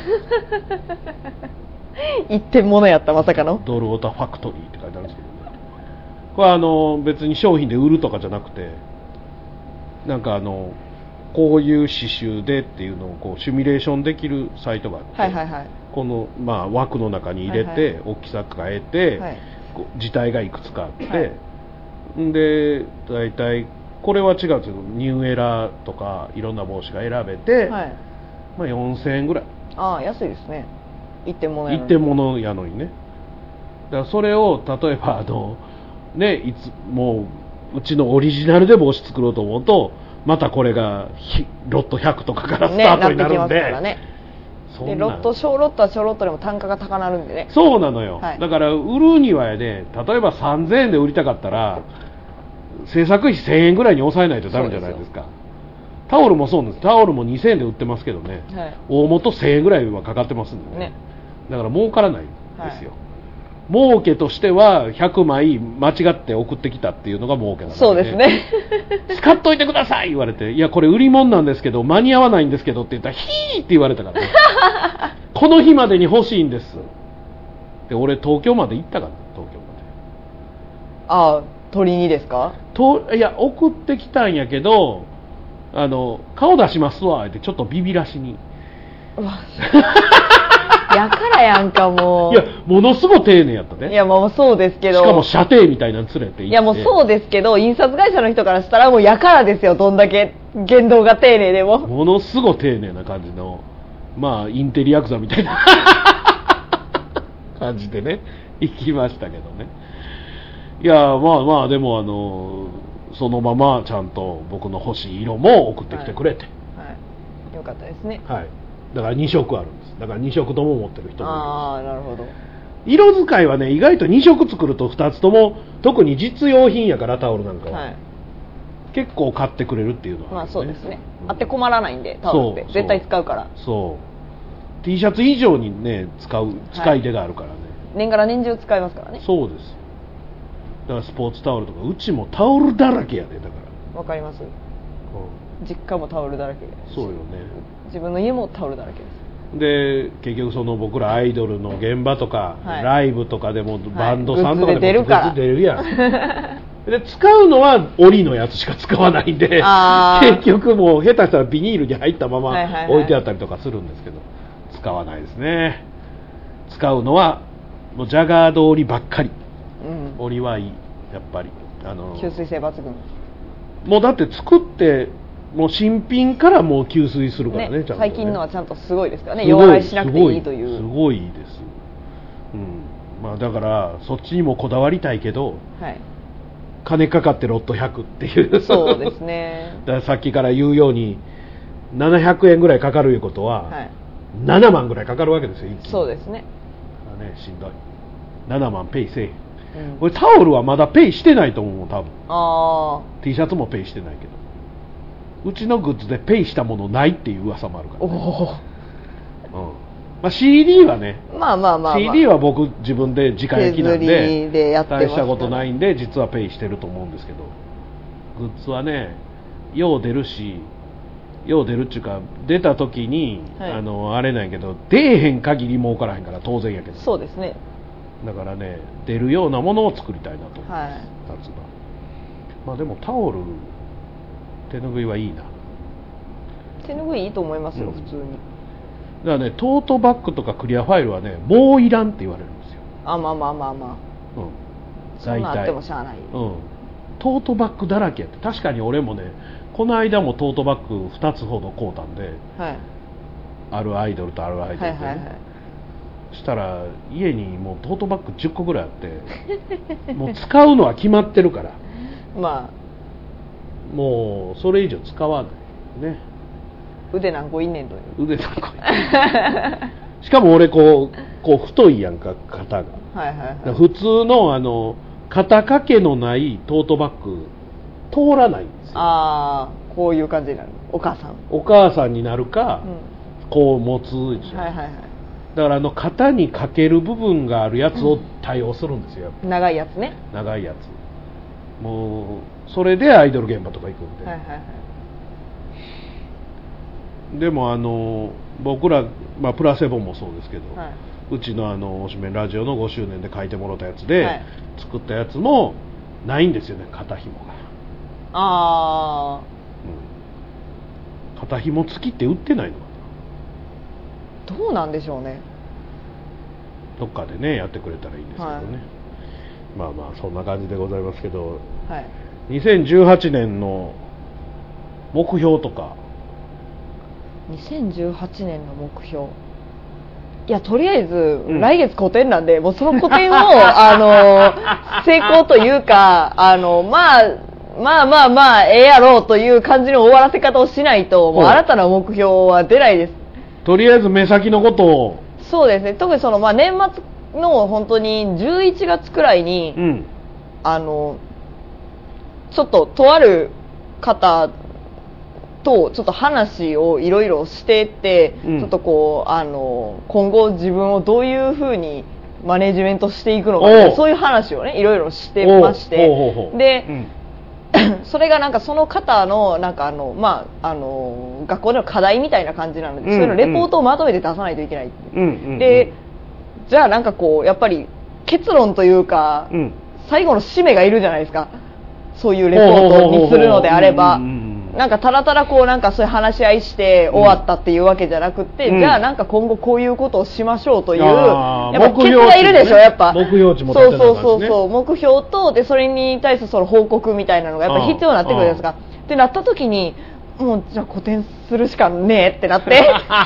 一点物やった、まさかのドルオタファクトリーって書いてあるんですけどね。これは別に商品で売るとかじゃなくて、なんかこういう刺繍でっていうのをこうシミュレーションできるサイトがあって、 はいはいはい、 この、まあ、枠の中に入れて、はいはい、大きさ変えて、はい、字体がいくつかあって、はい、で大体これは違うんですけどニューエラーとかいろんな帽子が選べて、はい、まあ、4000円ぐらい。 ああ安いですね。一点物やのにね。だからそれを例えばね、いつもうちのオリジナルで帽子作ろうと思うとまたこれがロット100とかからスタートになるんで、 ね、で小ロットは小ロットでも単価が高なるんでね。 そうなのよ、はい、だから売るにはね、例えば3000円で売りたかったら制作費1000円ぐらいに抑えないとダメじゃないですか。タオルもそうなんです。タオルも2000円で売ってますけどね、はい、大元1000円ぐらいはかかってますんで ね、だから儲からないんですよ、はい、儲けとしては100枚間違って送ってきたっていうのが儲けなんで、 そうですね使っといてください言われて、いやこれ売り物なんですけど間に合わないんですけどって言ったらヒーって言われたからねこの日までに欲しいんですで、俺東京まで行ったから、東京まで。 ああ、取りにですか？ いや送ってきたんやけど顔出しますわってちょっとビビらしにやからやんかもう。 いやものすごい丁寧やったね。 いやもうそうですけど、 しかも射程みたいなの連れて行って、 いやもうそうですけど印刷会社の人からしたらもうやからですよ、どんだけ言動が丁寧でも。 ものすごい丁寧な感じの、まあインテリヤクザみたいな感じでね行きましたけどね。いやまあまあでもそのままちゃんと僕の欲しい色も送ってきてくれて、 はいはい、よかったですね。 はい、だから2色あるんです。だから2色とも持ってる人もいる。 ああ、なるほど。 色使いはね意外と2色作ると2つとも、特に実用品やからタオルなんかは、はい、結構買ってくれるっていうのは、ね、 まあそうですね、あって困らないんでタオルって絶対使うから。 そう T シャツ以上にね使い手があるからね、はい、 年がら年中使いますからね。 そうです。だからスポーツタオルとかうちもタオルだらけやで。だからわかります、実家もタオルだらけで。 そうよね。 自分の家もタオルだらけです。 で結局僕らアイドルの現場とか、はい、ライブとかでもバンドさんとかでも出るから出るやんで使うのは折りのやつしか使わないんで結局もう下手したらビニールに入ったまま置いてあったりとかするんですけど、使わないですね。使うのはもうジャガード折りばっかり、うん、折りはいい、やっぱり吸水性抜群。 もうだって作ってもう新品からもう吸水するから ね、ちゃんとね。 最近のはちゃんとすごいですからね、弱洗いしなくていいという。 すごいです、うん、まあだからそっちにもこだわりたいけど、はい、金かかってロット100っていうそうですねだからさっきから言うように700円ぐらいかかるいうことは、はい、7万ぐらいかかるわけですよ。 そうですね。 しんどい。7万ペイせえへん、これタオルはまだペイしてないと思う。多分T シャツもペイしてないけど、うちのグッズでペイしたものないっていう噂もあるから、ね、 まあ、CD はね、 まあまあまあ、まあ、 CD は僕自分で直焼きなんでやってます、 大したことないんで実はペイしてると思うんですけど、グッズはねよう出るし、よう出るっていうか出た時に、はい、あれなんやけど出えへん限り儲からへんから当然やけど、 そうですね、 だからね出るようなものを作りたいなと思います、はい、夏場。まあでもタオル手ぬぐいはいいな。 手ぬぐいいいと思いますよ、普通に。 だからねトートバッグとかクリアファイルはねもういらんって言われるんですよ。 あ、まあまあまあまあ、うん、そんなあってもしゃあない、 うん、トートバッグだらけやって。確かに俺もねこの間もトートバッグ2つほど買うたんで、はい、あるアイドルとあるアイドルで、ね、はいはいはい、したら家にもうトートバッグ10個ぐらいあってもう使うのは決まってるからまあもうそれ以上使わないね。 腕何個いんねんという。 腕何個いんねんしかも俺こう太いやんか肩が、はいはいはい、普通の肩掛けのないトートバッグ通らないんですよ。 ああ、こういう感じになる。お母さんになるか、うん、こう持つでしょ、はいはいはい、だから肩にかける部分があるやつを対応するんですよ、 うん、長いやつね。 長いやつ、もうそれでアイドル現場とか行くんで、はいはいはい、でも僕ら、まあ、プラセボンもそうですけど、はい、うちのおしめラジオの5周年で書いてもらったやつで、はい、作ったやつもないんですよね、肩紐が。 ああ、 うん、肩紐付きって売ってないのかな。どうなんでしょうね。 どっかでねやってくれたらいいんですけどね、はい、まあまあそんな感じでございますけど、はい、2018年の目標とか。 2018年の目標、いやとりあえず、うん、来月個展なんでもうその個展を成功というかまあええやろうという感じの終わらせ方をしないともう新たな目標は出ないです。 とりあえず目先のことを。 そうですね、特に年末の本当に11月くらいに、うん、ちょっととある方とちょっと話をいろいろしてて、うん、ちょっと今後自分をどういうふうにマネジメントしていくのか、そういう話をねいろいろしてまして、で、うん、それがなんかその方のなんか学校での課題みたいな感じなので、そういうのレポートをまとめて出さないといけないって、でじゃあなんかやっぱり結論というか、うん、最後の締めがいるじゃないですか、そういうレポートにするのであれば。なんかただただなんかそういう話し合いして終わったっていうわけじゃなくて、うん、じゃあなんか今後こういうことをしましょうという、やっぱケツがいるでしょ、やっぱ目標値も立てたんですね。 そう目標とでそれに対するその報告みたいなのがやっぱ必要になってくるじゃないですか。ってなった時にもうじゃあ個展するしかねえってなってで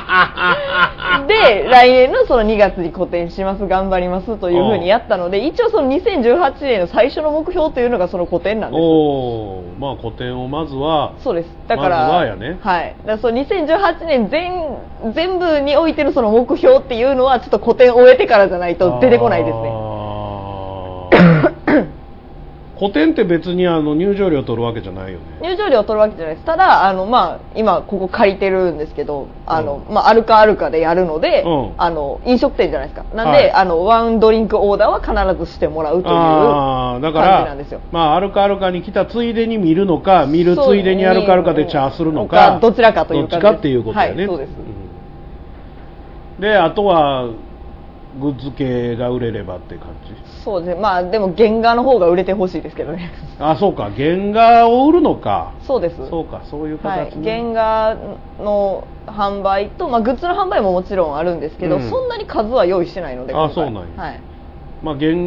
来年のその2月に個展します、頑張りますというふうにやったので、一応その2018年の最初の目標というのがその個展なんです。 まあ個展をまずは。 そうです。だから、 まずはやね、 はい、だからその2018年全部においてるその目標っていうのはちょっと個展を終えてからじゃないと出てこないですね。 個展って別に入場料取るわけじゃないよね。 入場料取るわけじゃないです。ただ今ここ借りてるんですけど、アルカアルカでやるので、飲食店じゃないですか。なんで、はい、ワンドリンクオーダーは必ずしてもらうという感じなんですよ。 アルカアルカに来たついでに見るのか、見るついでにアルカアルカで茶するのか、 どちらかというどっちかっていうことだよね。 はい、そうです。 であとはグッズ系が売れればって感じ。 そうですね。でも原画の方が売れてほしいですけどね。 そうか、原画を売るのか。 そうです。 そうか、そういう形、 はい、原画の販売と、グッズの販売ももちろんあるんですけど、そんなに数は用意してないので。 そうなんや。はい。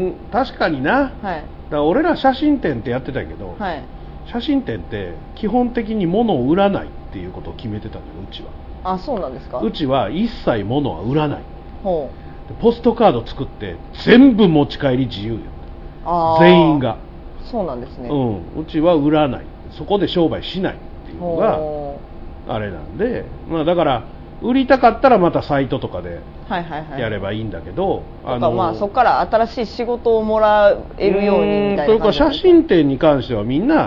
確かにな。はい。だから俺ら写真展ってやってたけど、はい、写真展って基本的に物を売らないっていうことを決めてたのよ、うちは。 そうなんですか。 うちは一切物は売らない。ほう。ポストカード作って全部持ち帰り自由よ、全員が。 そうなんですね。 うちは売らない、そこで商売しないっていうのがあれなんで、だから売りたかったらまたサイトとかでやればいいんだけど、 そこから新しい仕事をもらえるようにみたいな感じ。 それから写真展に関してはみんな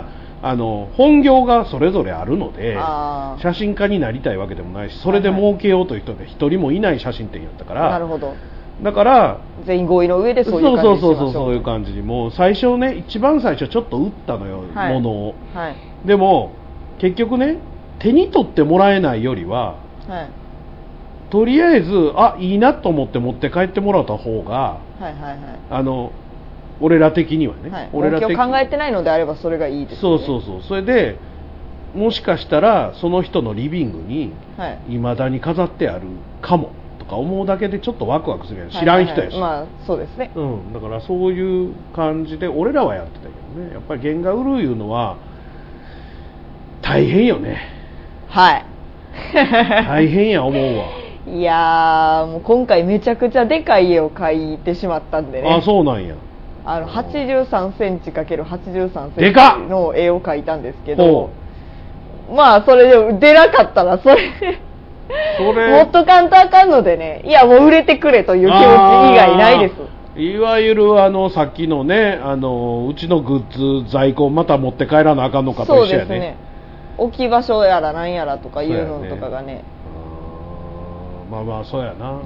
本業がそれぞれあるので写真家になりたいわけでもないし、それで儲けようという人が一人もいない写真展やったから、 なるほど。 だから全員合意の上でそういう感じにしましょう。 そういう感じに、もう最初ね、一番最初ちょっと売ったのよ、 はい、 ものを、 はい、 でも結局ね、手に取ってもらえないよりは、はい、とりあえずいいなと思って持って帰ってもらった方が、はいはいはい、俺ら的にはね、はい、 俺ら的に考えてないのであればそれがいいですよね。 そうそれでもしかしたらその人のリビングに未だに飾ってあるかもとか思うだけでちょっとワクワクするやん、知らん人やし、 まあそうですね、 だからそういう感じで俺らはやってたけどね。やっぱり原画売るいうのは大変よね。 はい大変や思うわ。 いやもう今回めちゃくちゃでかい絵を描いてしまったんでね。 そうなんや。 83センチ ×83 センチの絵を描いたんですけど、まあそれで出なかったらそれもっとかんとあかんのでね、いやもう売れてくれという気持ち以外ないです。 いわゆるさっきのね、うちのグッズ在庫また持って帰らなあかんのかと一緒やね。そうですね、 置き場所やらなんやらとかいうのとかがね、 まあそうやな、はい、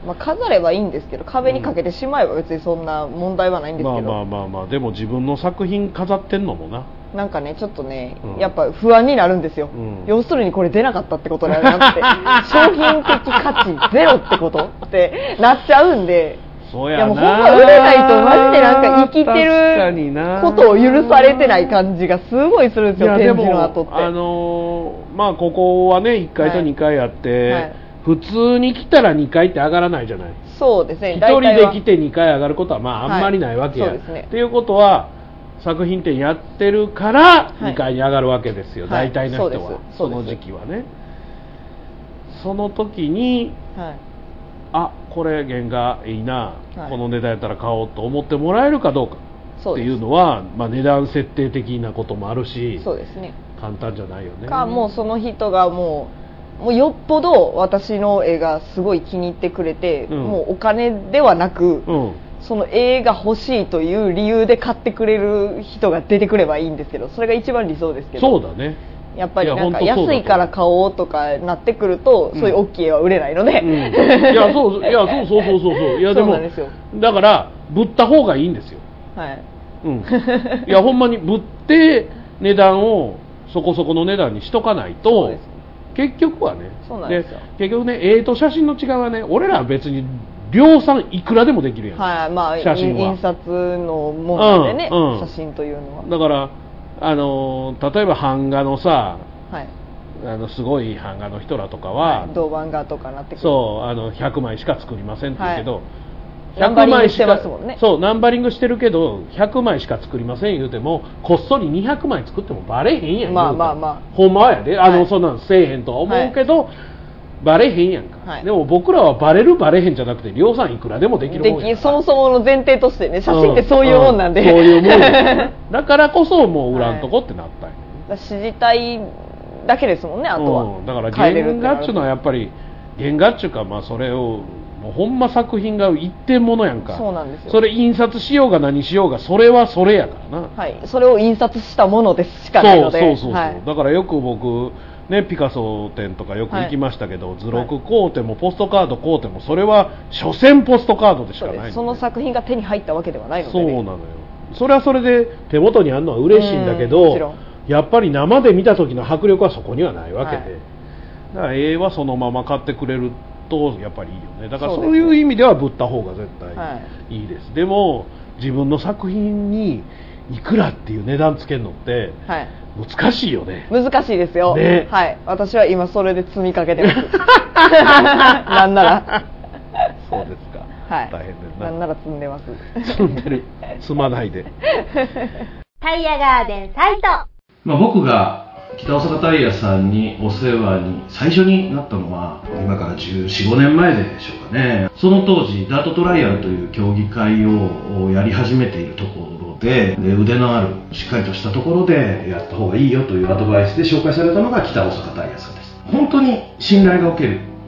飾ればいいんですけど、壁にかけてしまえば別にそんな問題はないんですけど、 まあでも自分の作品飾ってんのもな、 なんかねちょっとね、やっぱ不安になるんですよ、要するにこれ出なかったってことだよなって商品的価値ゼロってことってなっちゃうんで、 そうやな、 いやもうほんま売れないとマジでなんか生きてることを許されてない感じがすごいするんですよ、展示の後って。 まあここはね1階と2階あって、はい、普通に来たら2階って上がらないじゃない。 そうですね、 1人で来て2階上がることはあんまりないわけや、はい、そうですね。っていうことは作品展やってるから2階に上がるわけですよ、はい、大体の人は、その時期はね。その時に、はい、これ原画いいな、はい、この値段やったら買おうと思ってもらえるかどうかっていうのは、値段設定的なこともあるし、 そうですね、 簡単じゃないよね。 もうその人がもうよっぽど私の絵がすごい気に入ってくれて、もうお金ではなく、その絵が欲しいという理由で買ってくれる人が出てくればいいんですけど、それが一番理想ですけど。 そうだね、 やっぱりなんか安いから買おうとかなってくると、そういう大きい絵は売れないので、 いやそういやでもだからぶった方がいいんですよ。はい、いやほんまにぶって値段をそこそこの値段にしとかないと、結局はね、 そうなんですよ。 結局ね、絵と写真の違いはね、俺らは別に量産いくらでもできるやん、 はい、写真は印刷のものでね、写真というのはだから例えば版画のさ、はい、すごい版画の人らとかは、 銅版画とかなってくる、 そう100枚しか作りませんって言うけど、 ナンバリングしてますもんね。 そうナンバリングしてるけど100枚しか作りません言うても、こっそり200枚作ってもバレへんやん。 まあほんまやで、そんなんせえへんとは思うけど、バレへんやんか、でも僕らはバレるバレへんじゃなくて量産いくらでもできるもんやんか。 そもそもの前提としてね、写真ってそういうもんなんで、 そういうもんやだからこそもう売らんとこってなったんや、 支持体だけですもんね、あとは、 だから原画っちゅうのはやっぱり原画っちゅうか、それをもうほんま作品が一点物やんか。 そうなんですよ。 それ印刷しようが何しようがそれはそれやからな。 はい、それを印刷したものですしかないので。 そう、はい、だからよく僕ね、ピカソ展とかよく行きましたけど、図録買うてもポストカード買うてもそれは所詮ポストカードでしかないので、 その作品が手に入ったわけではないので、 そうなのよ。それはそれで手元にあるのは嬉しいんだけど、やっぱり生で見た時の迫力はそこにはないわけで、だから絵はそのまま買ってくれるとやっぱりいいよね。だからそういう意味ではぶった方が絶対いいです。でも自分の作品にいくらっていう値段つけるのって、難しいよね。 難しいですよ、ね、はい、私は今それで積みかけてますなんならそうですか、はい、大変ですなんなら積んでます積んでる、積まないでタイヤガーデンサイト、 僕が北大阪タイヤさんにお世話に最初になったのは今から14、15年前でしょうかね。その当時ダートトライアルという競技会をやり始めているところで腕のあるしっかりとしたところでやった方がいいよというアドバイスで紹介されたのが北大阪タイヤさんです。本当に信頼がおける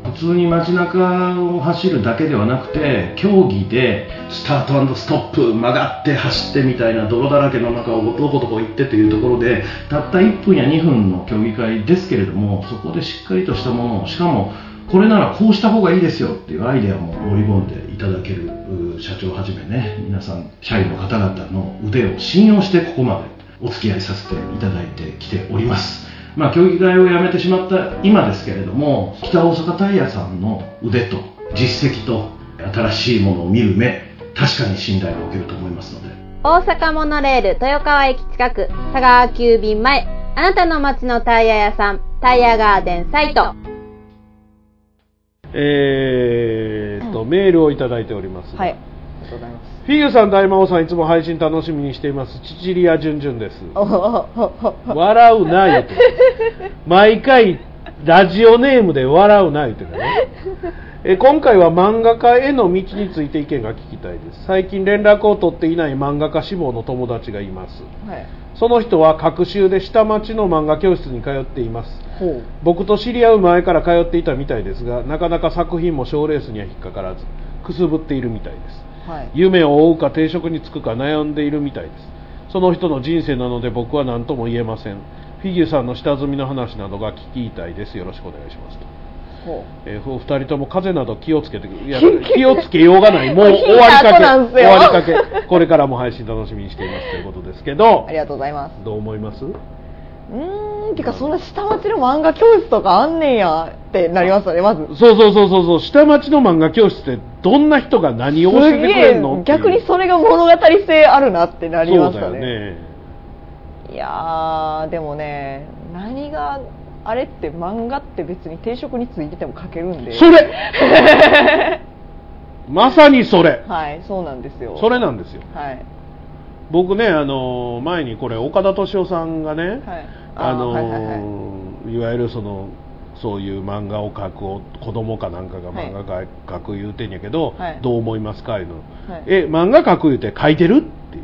普通に街中を走るだけではなくて、競技でスタート&ストップ、曲がって走ってみたいな泥だらけの中をどこどこ行ってというところで、たった1分や2分の競技会ですけれども、そこでしっかりとしたものを、しかもこれならこうした方がいいですよっていうアイデアも盛り込んでいただける社長はじめね、皆さん社員の方々の腕を信用してここまでお付き合いさせていただいてきております。競技会をやめてしまった今ですけれども、北大阪タイヤさんの腕と実績と新しいものを見る目、確かに信頼がおけると思いますので。 大阪モノレール豊川駅近く、佐川急便前、あなたの街のタイヤ屋さん、タイヤガーデンサイト。 メールをいただいております。 はい、ありがとうございます。 フィギュさん、大魔王さん、いつも配信楽しみにしています。チチリアジュンジュンです。笑うなよと。毎回ラジオネームで笑うなよとね。今回は漫画家への道について意見が聞きたいです。最近連絡を取っていない漫画家志望の友達がいます。はい、その人は隔週で下町の漫画教室に通っています。僕と知り合う前から通っていたみたいですが、なかなか作品も賞レースには引っかからず、くすぶっているみたいです。はい、夢を追うか定職に就くか悩んでいるみたいです。その人の人生なので僕は何とも言えません。フィギュさんの下積みの話などが聞きたいです。よろしくお願いしますと。お二人とも風邪など気をつけて、いや気をつけようがない、もう終わりかけこれからも配信楽しみにしていますということですけど、 ありがとうございます。 どう思います？ てかそんな下町の漫画教室とかあんねんやってなりますよね。まずそう下町の漫画教室ってどんな人が何を教えてくれるの？ 逆にそれが物語性あるなってなりましたね。そうだよね。いやでもね、何があれって、漫画って別に定職についてても書けるんで、 それまさにそれ、 はい、そうなんですよ。 それなんですよ。はい、僕ね、前にこれ岡田斗司夫さんがね、はい、いわゆるそういう漫画を描く子供かなんかが漫画描く言うてんやけど、はい、どう思いますかいうの、はい、漫画描く言うて描いてるっていう。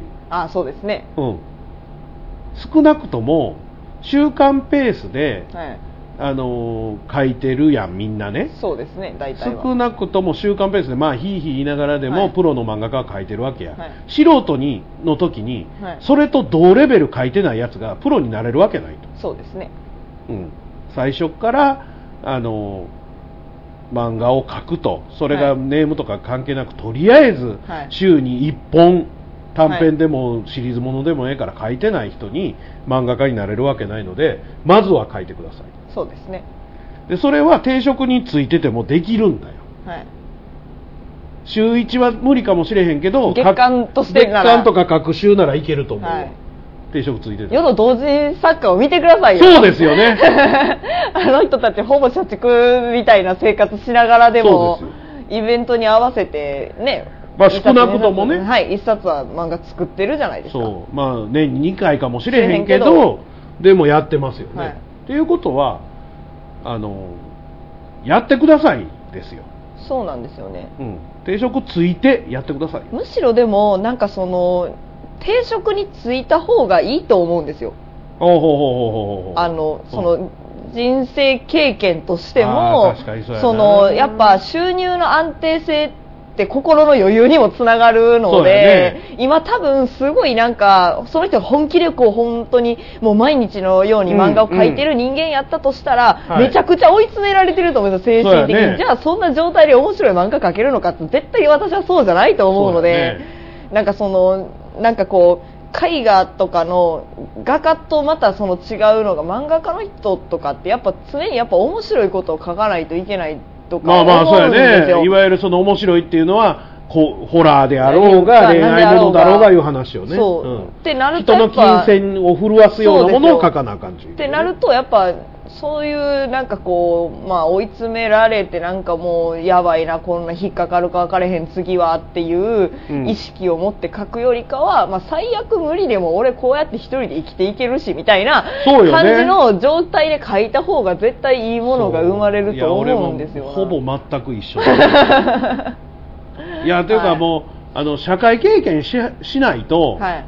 そうですね、 少なくとも週刊ペースで、はい、書いてるやんみんなね。 そうですね、大体は少なくとも週刊ペースでヒーヒー言いながらでも、はい、プロの漫画家が書いてるわけや、はい、素人の時に、はい、それと同レベル書いてないやつがプロになれるわけないと。 そうですね、 最初から漫画を描くと、それがネームとか関係なく、とりあえず週に1本短編でもシリーズものでもええから書いてない人に漫画家になれるわけないので、まずは書いてください。 そうですね。 でそれは定職についててもできるんだよ、はい、週1は無理かもしれへんけど、 月間としてなら、 月間とか各週ならいけると思う、はい、定職ついてて。 世の同人作家を見てくださいよ。 そうですよねあの人たちほぼ社畜みたいな生活しながらでもイベントに合わせてね、 少なくともね、 はい、一冊は漫画作ってるじゃないですか。 そう、年に2回かもしれへんけど、でもやってますよね、はい、っていうことはやってくださいですよ。 そうなんですよね、 定職ついてやってください。 むしろでもなんか定職に就いた方がいいと思うんですよ。人生経験としても、やっぱ収入の安定性って心の余裕にもつながるので、今多分すごいなんかその人が本気力を本当にもう毎日のように漫画を描いてる人間やったとしたら、めちゃくちゃ追い詰められてると思うんですよ、精神的に。じゃあそんな状態で面白い漫画描けるのかって絶対私はそうじゃないと思うので、なんかなんかこう絵画とかの画家とまた違うのが、漫画家の人とかってやっぱ常に面白いことを描かないといけないとか思うんですよ。 いわゆる面白いっていうのはホラーであろうが恋愛ものだろうがいう話をね。 ってなると人の金銭を震わすようなものを描かなあかんってなると、やっぱそういうなんか追い詰められて、なんかもうやばいな、こんな引っかかるか分かれへん次はっていう意識を持って書くよりかは、最悪無理でも俺こうやって一人で生きていけるしみたいな感じの状態で書いた方が絶対いいものが生まれると思うんですよ。 ほぼ全く一緒いやというかもう、社会経験 しないと、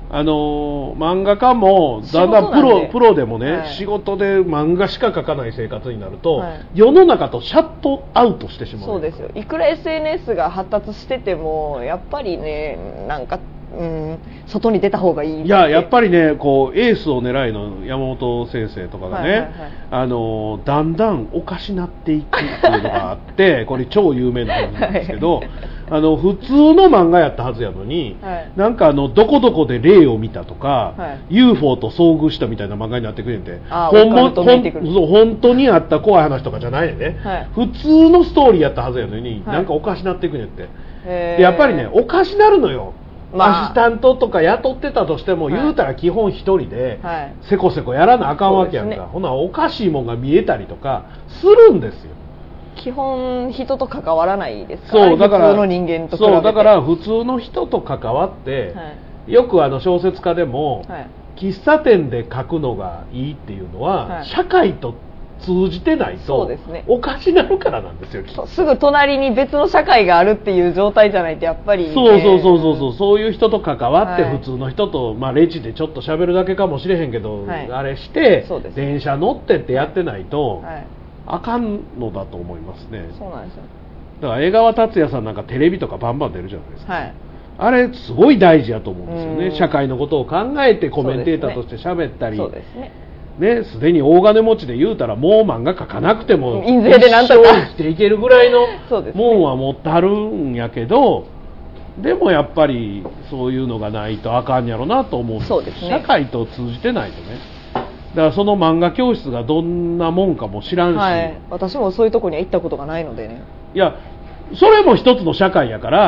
漫画家もだんだんプロでもね、はい、仕事で漫画しか描かない生活になると、はい、世の中とシャットアウトしてしまう。 そうですよ。いくら SNS が発達しててもやっぱりね、なんか外に出た方がいい。 いや、やっぱりね、こうエースを狙いの山本先生とかがね、はいはいはい、だんだんおかしなっていくっていうのがあってこれ超有名な話なんですけど、はい、普通の漫画やったはずやのに、はい、なんかどこどこで霊を見たとか、はい、UFO と遭遇したみたいな漫画になってくれて、本当にあった怖い話とかじゃないね、はい、普通のストーリーやったはずやのに、はい、なんかおかしなっていくねって。でやっぱりね、おかしなるのよ。アシスタントとか雇ってたとしても、言うたら基本一人でせこせこやらなあかんわけやんか、ほなおかしいもんが見えたりとかするんですよ。 基本人と関わらないですから、そうだから普通の人間と比べて。 そうだから普通の人と関わって、はい、よく小説家でも、はい、喫茶店で書くのがいいっていうのは、はい、社会と通じてないとおかしなるからなんですよ。 すぐ隣に別の社会があるっていう状態じゃないとやっぱり、ね、 そういう人と関わって、はい、普通の人と、レジでちょっと喋るだけかもしれへんけど、はい、あれして電車乗ってってやってないと、はい、あかんのだと思いますね。 そうなんですよ。 だから江川達也さんなんかテレビとかバンバン出るじゃないですか、はい、あれすごい大事やと思うんですよね。社会のことを考えてコメンテーターとして喋ったり、そうですね。すでに大金持ちで言うたらもう漫画描かなくても印税でなんとか生きていけるぐらいのもんは持ってはるんやけど、でもやっぱりそういうのがないとあかんやろなと思うんです。 そうですね。 社会と通じてないとね。だからその漫画教室がどんなもんかも知らんし、はい、 私もそういうとこには行ったことがないのでね。 いや、それも一つの社会やから、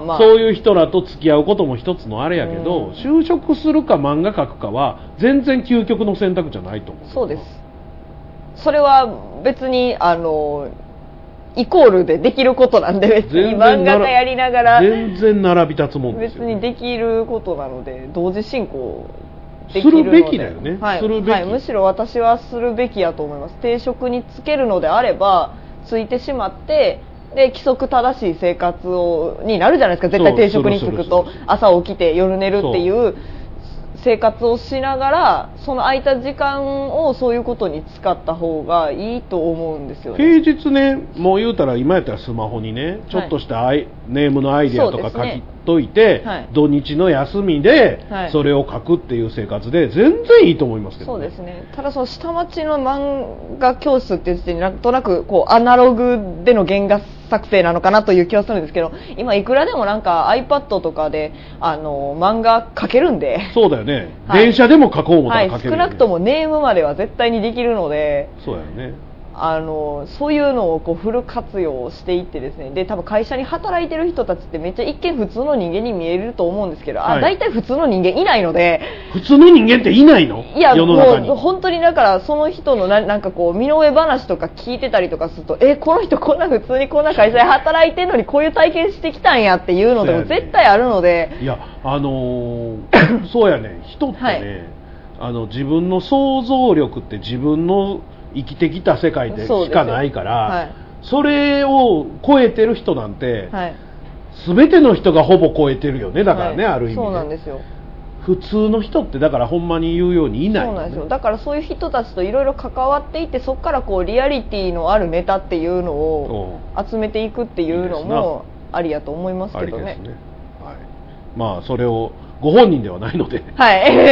そういう人らと付き合うことも一つのあれやけど、就職するか漫画描くかは全然究極の選択じゃないと思う。 そうです。それは別にイコールでできることなんで、別に漫画家やりながら全然並び立つもんですよ、 別にできることなので同時進行できるので、 するべきだよね、 はい、 するべき、 はい、むしろ私はするべきやと思います。定職に就けるのであればついてしまって、で規則正しい生活になるじゃないですか。絶対定職に就くと朝起きて夜寝るっていう生活をしながら、その空いた時間をそういうことに使った方がいいと思うんですよね。 平日ね、もう言うたら今やったらスマホにね、ちょっとしたネームのアイデアとか書きといて、はい、土日の休みでそれを書くっていう生活で全然いいと思いますけどね。 そうですね。ただその下町の漫画教室っていう時点になんとなくこうアナログでの原画作成なのかなという気はするんですけど、今いくらでもなんか iPad とかで漫画描けるんで。 そうだよね、はい、電車でも描こう思ったら描けるよね、 はい、少なくともネームまでは絶対にできるので。 そうだよね。 そういうのをこうフル活用していってですね、で多分会社に働いてる人たちってめっちゃ一見普通の人間に見えると思うんですけど、はい、大体普通の人間いないので。 普通の人間っていないの？ いや、世の中にもう本当にだからその人のなんかこう身の上話とか聞いてたりとかすると、この人こんな普通にこんな会社で働いてるのにこういう体験してきたんやっていうのでも絶対あるので。 いやそうやね、人ってね、はい、自分の想像力って自分の生きてきた世界でしかないから、はい、それを超えてる人なんて、はい、全ての人がほぼ超えてるよね。だからね、はい、ある意味で。 そうなんですよ。 普通の人ってだからほんまに言うようにいない、ね、 そうなんですよ。だからそういう人たちといろいろ関わっていって、そこからこうリアリティのあるネタっていうのを集めていくっていうのもありやと思いますけどね。 ありですね、はい、まあそれをご本人ではないので、 はい、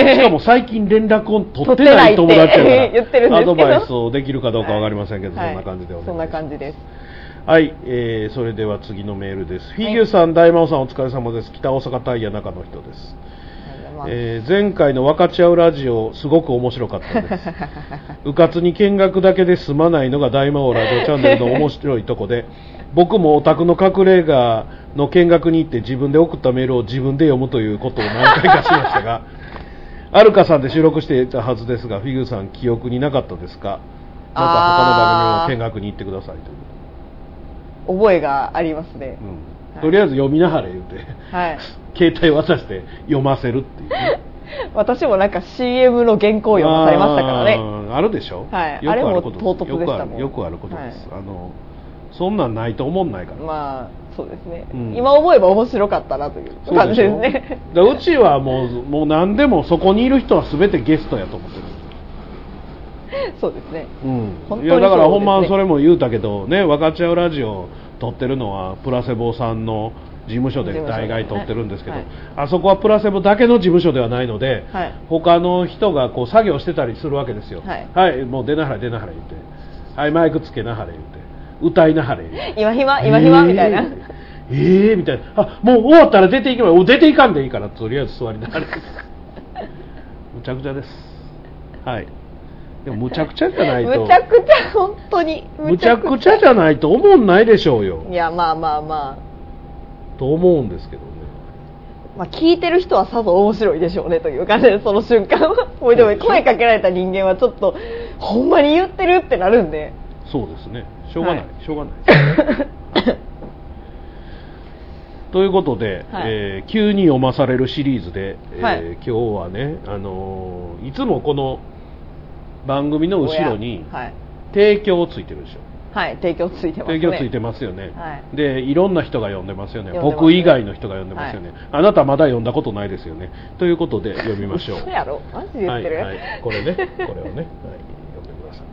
しかも最近連絡を取ってない友達やから言ってるんですけど、 アドバイスをできるかどうか分かりませんけど、 はい、 そんな感じでお願いします。 そんな感じです。 はい、それでは次のメールです。フィギューさん、大魔王さんお疲れ様です。北大阪タイヤ中の人です。前回の分かち合うラジオすごく面白かったです。うかつに見学だけで済まないのが大魔王ラジオチャンネルの面白いとこで、僕もオタクの隠れ家の見学に行って自分で送ったメールを自分で読むということを何回かしましたがアルカさんで収録していたはずですが、フィグさん記憶になかったですか？また他の番組も見学に行ってくださいという覚えがありますね、 うん、とりあえず読みなはれ言うて、はい、携帯渡して読ませるっていう、ね、 私もなんか CM の原稿を読まされましたからね。 あるでしょ、 はい、あれも唐突でしたもん。 よくあることです、はい、そんなんないと思んないから。 まあそうですね、今思えば面白かったなという感じですね。 うちはもう何でもそこにいる人は全てゲストやと思ってる。 そうですね、 本当にそうですね。いやだからほんまそれも言うたけどね、分かっちゃうラジオ撮ってるのはプラセボさんの事務所で大概撮ってるんですけど、あそこはプラセボだけの事務所ではないので、他の人がこう作業してたりするわけですよ。はい、もう出なはれ出なはれ言って、はいマイクつけなはれ言って、歌いなはれ今暇みたいなみたいな、あもう終わったら出ていけば出ていかんでいいからとりあえず座りなはれむちゃくちゃです。はい、でもむちゃくちゃじゃないとむちゃくちゃ本当にむちゃくちゃじゃないと思んないでしょうよ。 いやまあと思うんですけどね。 聞いてる人はさぞ面白いでしょうねという感じで、その瞬間はもうでも声かけられた人間はちょっとほんまに言ってるってなるんで。そうですね、 しょうがない、しょうがないということで、急に読まされるシリーズで、今日はね、いつもこの番組の後ろに提供ついてるでしょ。 はい、提供ついてますね。 提供ついてますよね。で、いろんな人が読んでますよね。僕以外の人が読んでますよね。あなたまだ読んだことないですよね。ということで読みましょう。 そうやろ、マジで言ってる。 これね、これをね、読んでくださ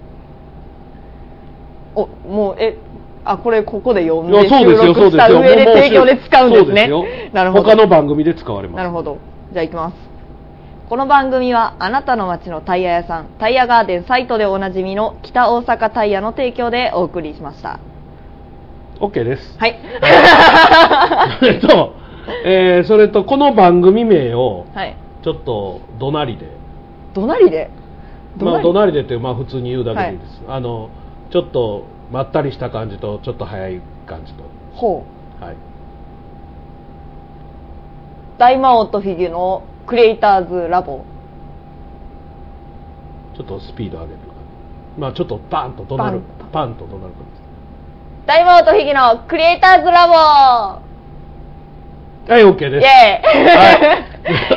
い。 もうこれここで読んで収録した上で提供で使うんですね。 なるほど。他の番組で使われます。 なるほど。じゃあ行きます。この番組はあなたの街のタイヤ屋さん、タイヤガーデンサイトでおなじみの北大阪タイヤの提供でお送りしました。 OK です。 はい。 それとこの番組名をちょっと怒鳴りで怒鳴りで怒鳴りでって普通に言うだけでいいです。ちょっとまったりした感じとちょっと早い感じと。 大魔王とフィギュのクリエイターズラボ。 ちょっとスピード上げるか、ちょっとパンと怒鳴るパンと怒鳴るか。 大魔王とフィギュのクリエイターズラボ。 はい、 OK です。 イエーイ、はい、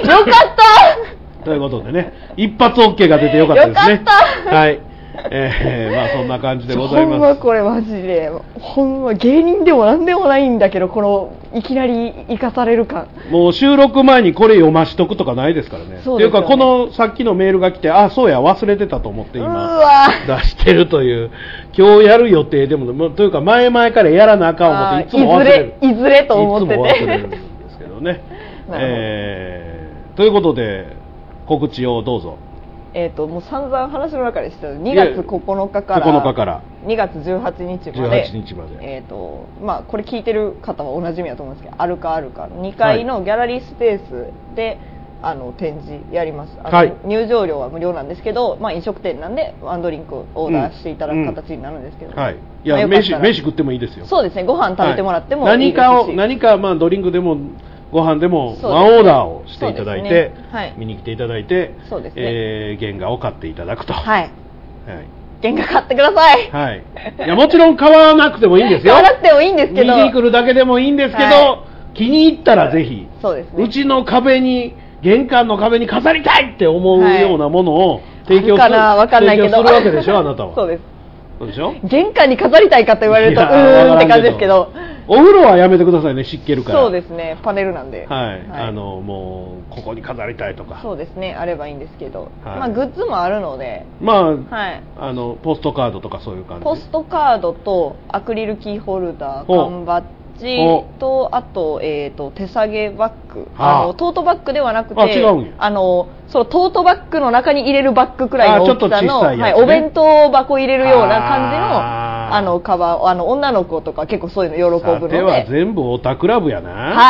よかったということでね、一発 OK が出てよかったですね。 よかった。 はい、そんな感じでございます。 ほんまこれマジでほんま芸人でもなんでもないんだけど、このいきなり生かされる感、 もう収録前にこれ読ましとくとかないですからね。っていうかこのさっきのメールが来て、そうや忘れてたと思って今出してるという、今日やる予定でもというか前々からやらなあかん思っていつも忘れる、 いずれと思ってていつも忘れるんですけどねということで告知をどうぞ。 もう散々話の中でした2月9日から2月18日まで、これ聞いてる方はおなじみだと思うんですけど、アルカ2階のギャラリースペースで、展示やります。入場料は無料なんですけど、飲食店なんでワンドリンクオーダーしていただく形になるんですけど、 いや飯食ってもいいですよ。 そうですね、ご飯食べてもらってもいいですし、 何かドリンクでもご飯でもワンオーダーをしていただいて、見に来ていただいて、原画を買っていただくと。原画買ってください。 いやもちろん買わなくてもいいんですよ。 買わなくてもいいんですけど、 見に来るだけでもいいんですけど、気に入ったらぜひ、うちの壁に玄関の壁に飾りたいって思うようなものを提供するわけでしょ、あなたは。 そうです。 そうでしょ。 玄関に飾りたいかと言われるとって感じですけど、 お風呂はやめてくださいね、湿気るから。 そうですね、パネルなんで、 もうここに飾りたいとか、 そうですね、あればいいんですけど、グッズもあるので、 ポストカードとかそういう感じ。 ポストカードとアクリルキーホルダー、缶バッジと、あと、手提げバッグ、トートバッグではなくて、そのトートバッグの中に入れるバッグくらいの大きさの、お弁当箱入れるような感じのカバー、女の子とか結構そういうの喜ぶので。 さては全部オタクラブやな。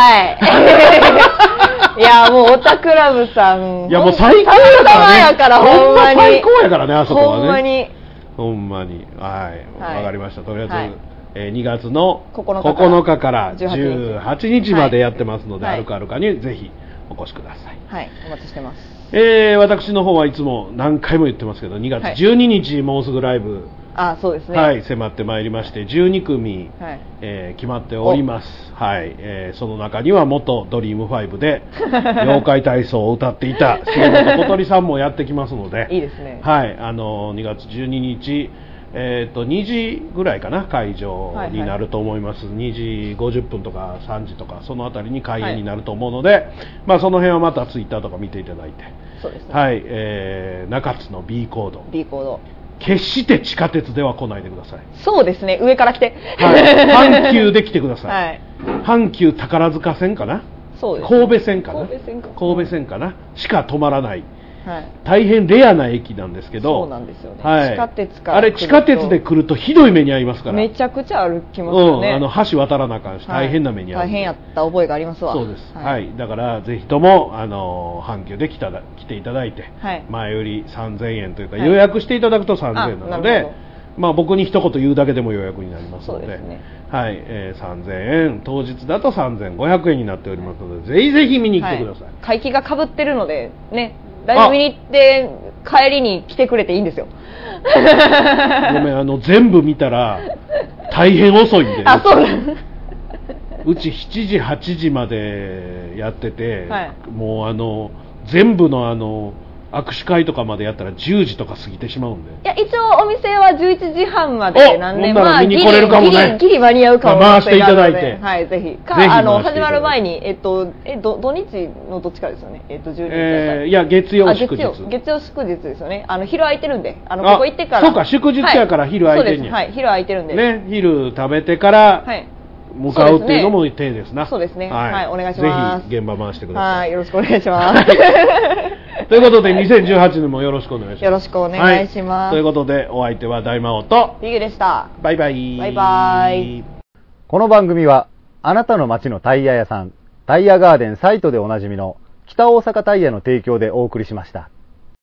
いやもうオタクラブさん、 いやもう最高やからね、ほんまに最高やからね、あそこはね、 ほんまにわかりました。とりあえず2月の9日から18日までやってますので、アルカにぜひお越しください。 お待ちしてます。 私の方はいつも何回も言ってますけど、2月12日もうすぐライブ、 そうですね、 迫ってまいりまして、12組、決まっております。その中には元ドリーム5で妖怪体操を歌っていた重本小鳥さんもやってきますので、 いいですね。 2月12日、 2時ぐらいかな開場になると思います、2時50分とか3時とかそのあたりに開演になると思うので、その辺はまたツイッターとか見ていただいて、 そうですね、 中津の B コード決して地下鉄では来ないでください。 そうですね、上から来て、 阪急で来てください、阪急宝塚線かな、 そうです、 神戸線かなしか止まらない、大変レアな駅なんですけど、 そうなんですよね、地下鉄からあれ地下鉄で来るとひどい目に遭いますから、 めちゃくちゃ歩きますよね、 橋渡らなあかんし大変な目に遭う、 大変やった覚えがありますわ。 そうです、だからぜひとも阪急で来ていただいて、前より3000円というか、予約していただくと3000円なので、僕に一言言うだけでも予約になりますので、3000円、当日だと3500円になっておりますので、ぜひぜひ見に来てください。 会期がかぶってるのでね、ライブ見に行って帰りに来てくれていいんですよ。 ごめん、全部見たら大変遅いんで、 そうだうち7時8時までやってて、もう全部の握手会とかまでやったら10時とか過ぎてしまうんで、 いや一応お店は11時半までなんで、 見に来れるかもね、 ギリ間に合うかも、 回していただいて、 ぜひ始まる前に土日のどっちかですよね、12日、 いや月曜祝日ですよね、昼空いてるんで、ここ行ってから、 そうか祝日やから昼空いてんねや、 昼空いてるんでね、昼食べてから向かうっていうのも手ですな。 そうですね、お願いします。 ぜひ現場回してください。 よろしくお願いします。 ということで2018年もよろしくお願いします。 よろしくお願いします。 ということでお相手は大魔王とビグでした。 バイバイ。 バイバイ。 この番組はあなたの街のタイヤ屋さん、タイヤガーデンサイトでおなじみの北大阪タイヤの提供でお送りしました。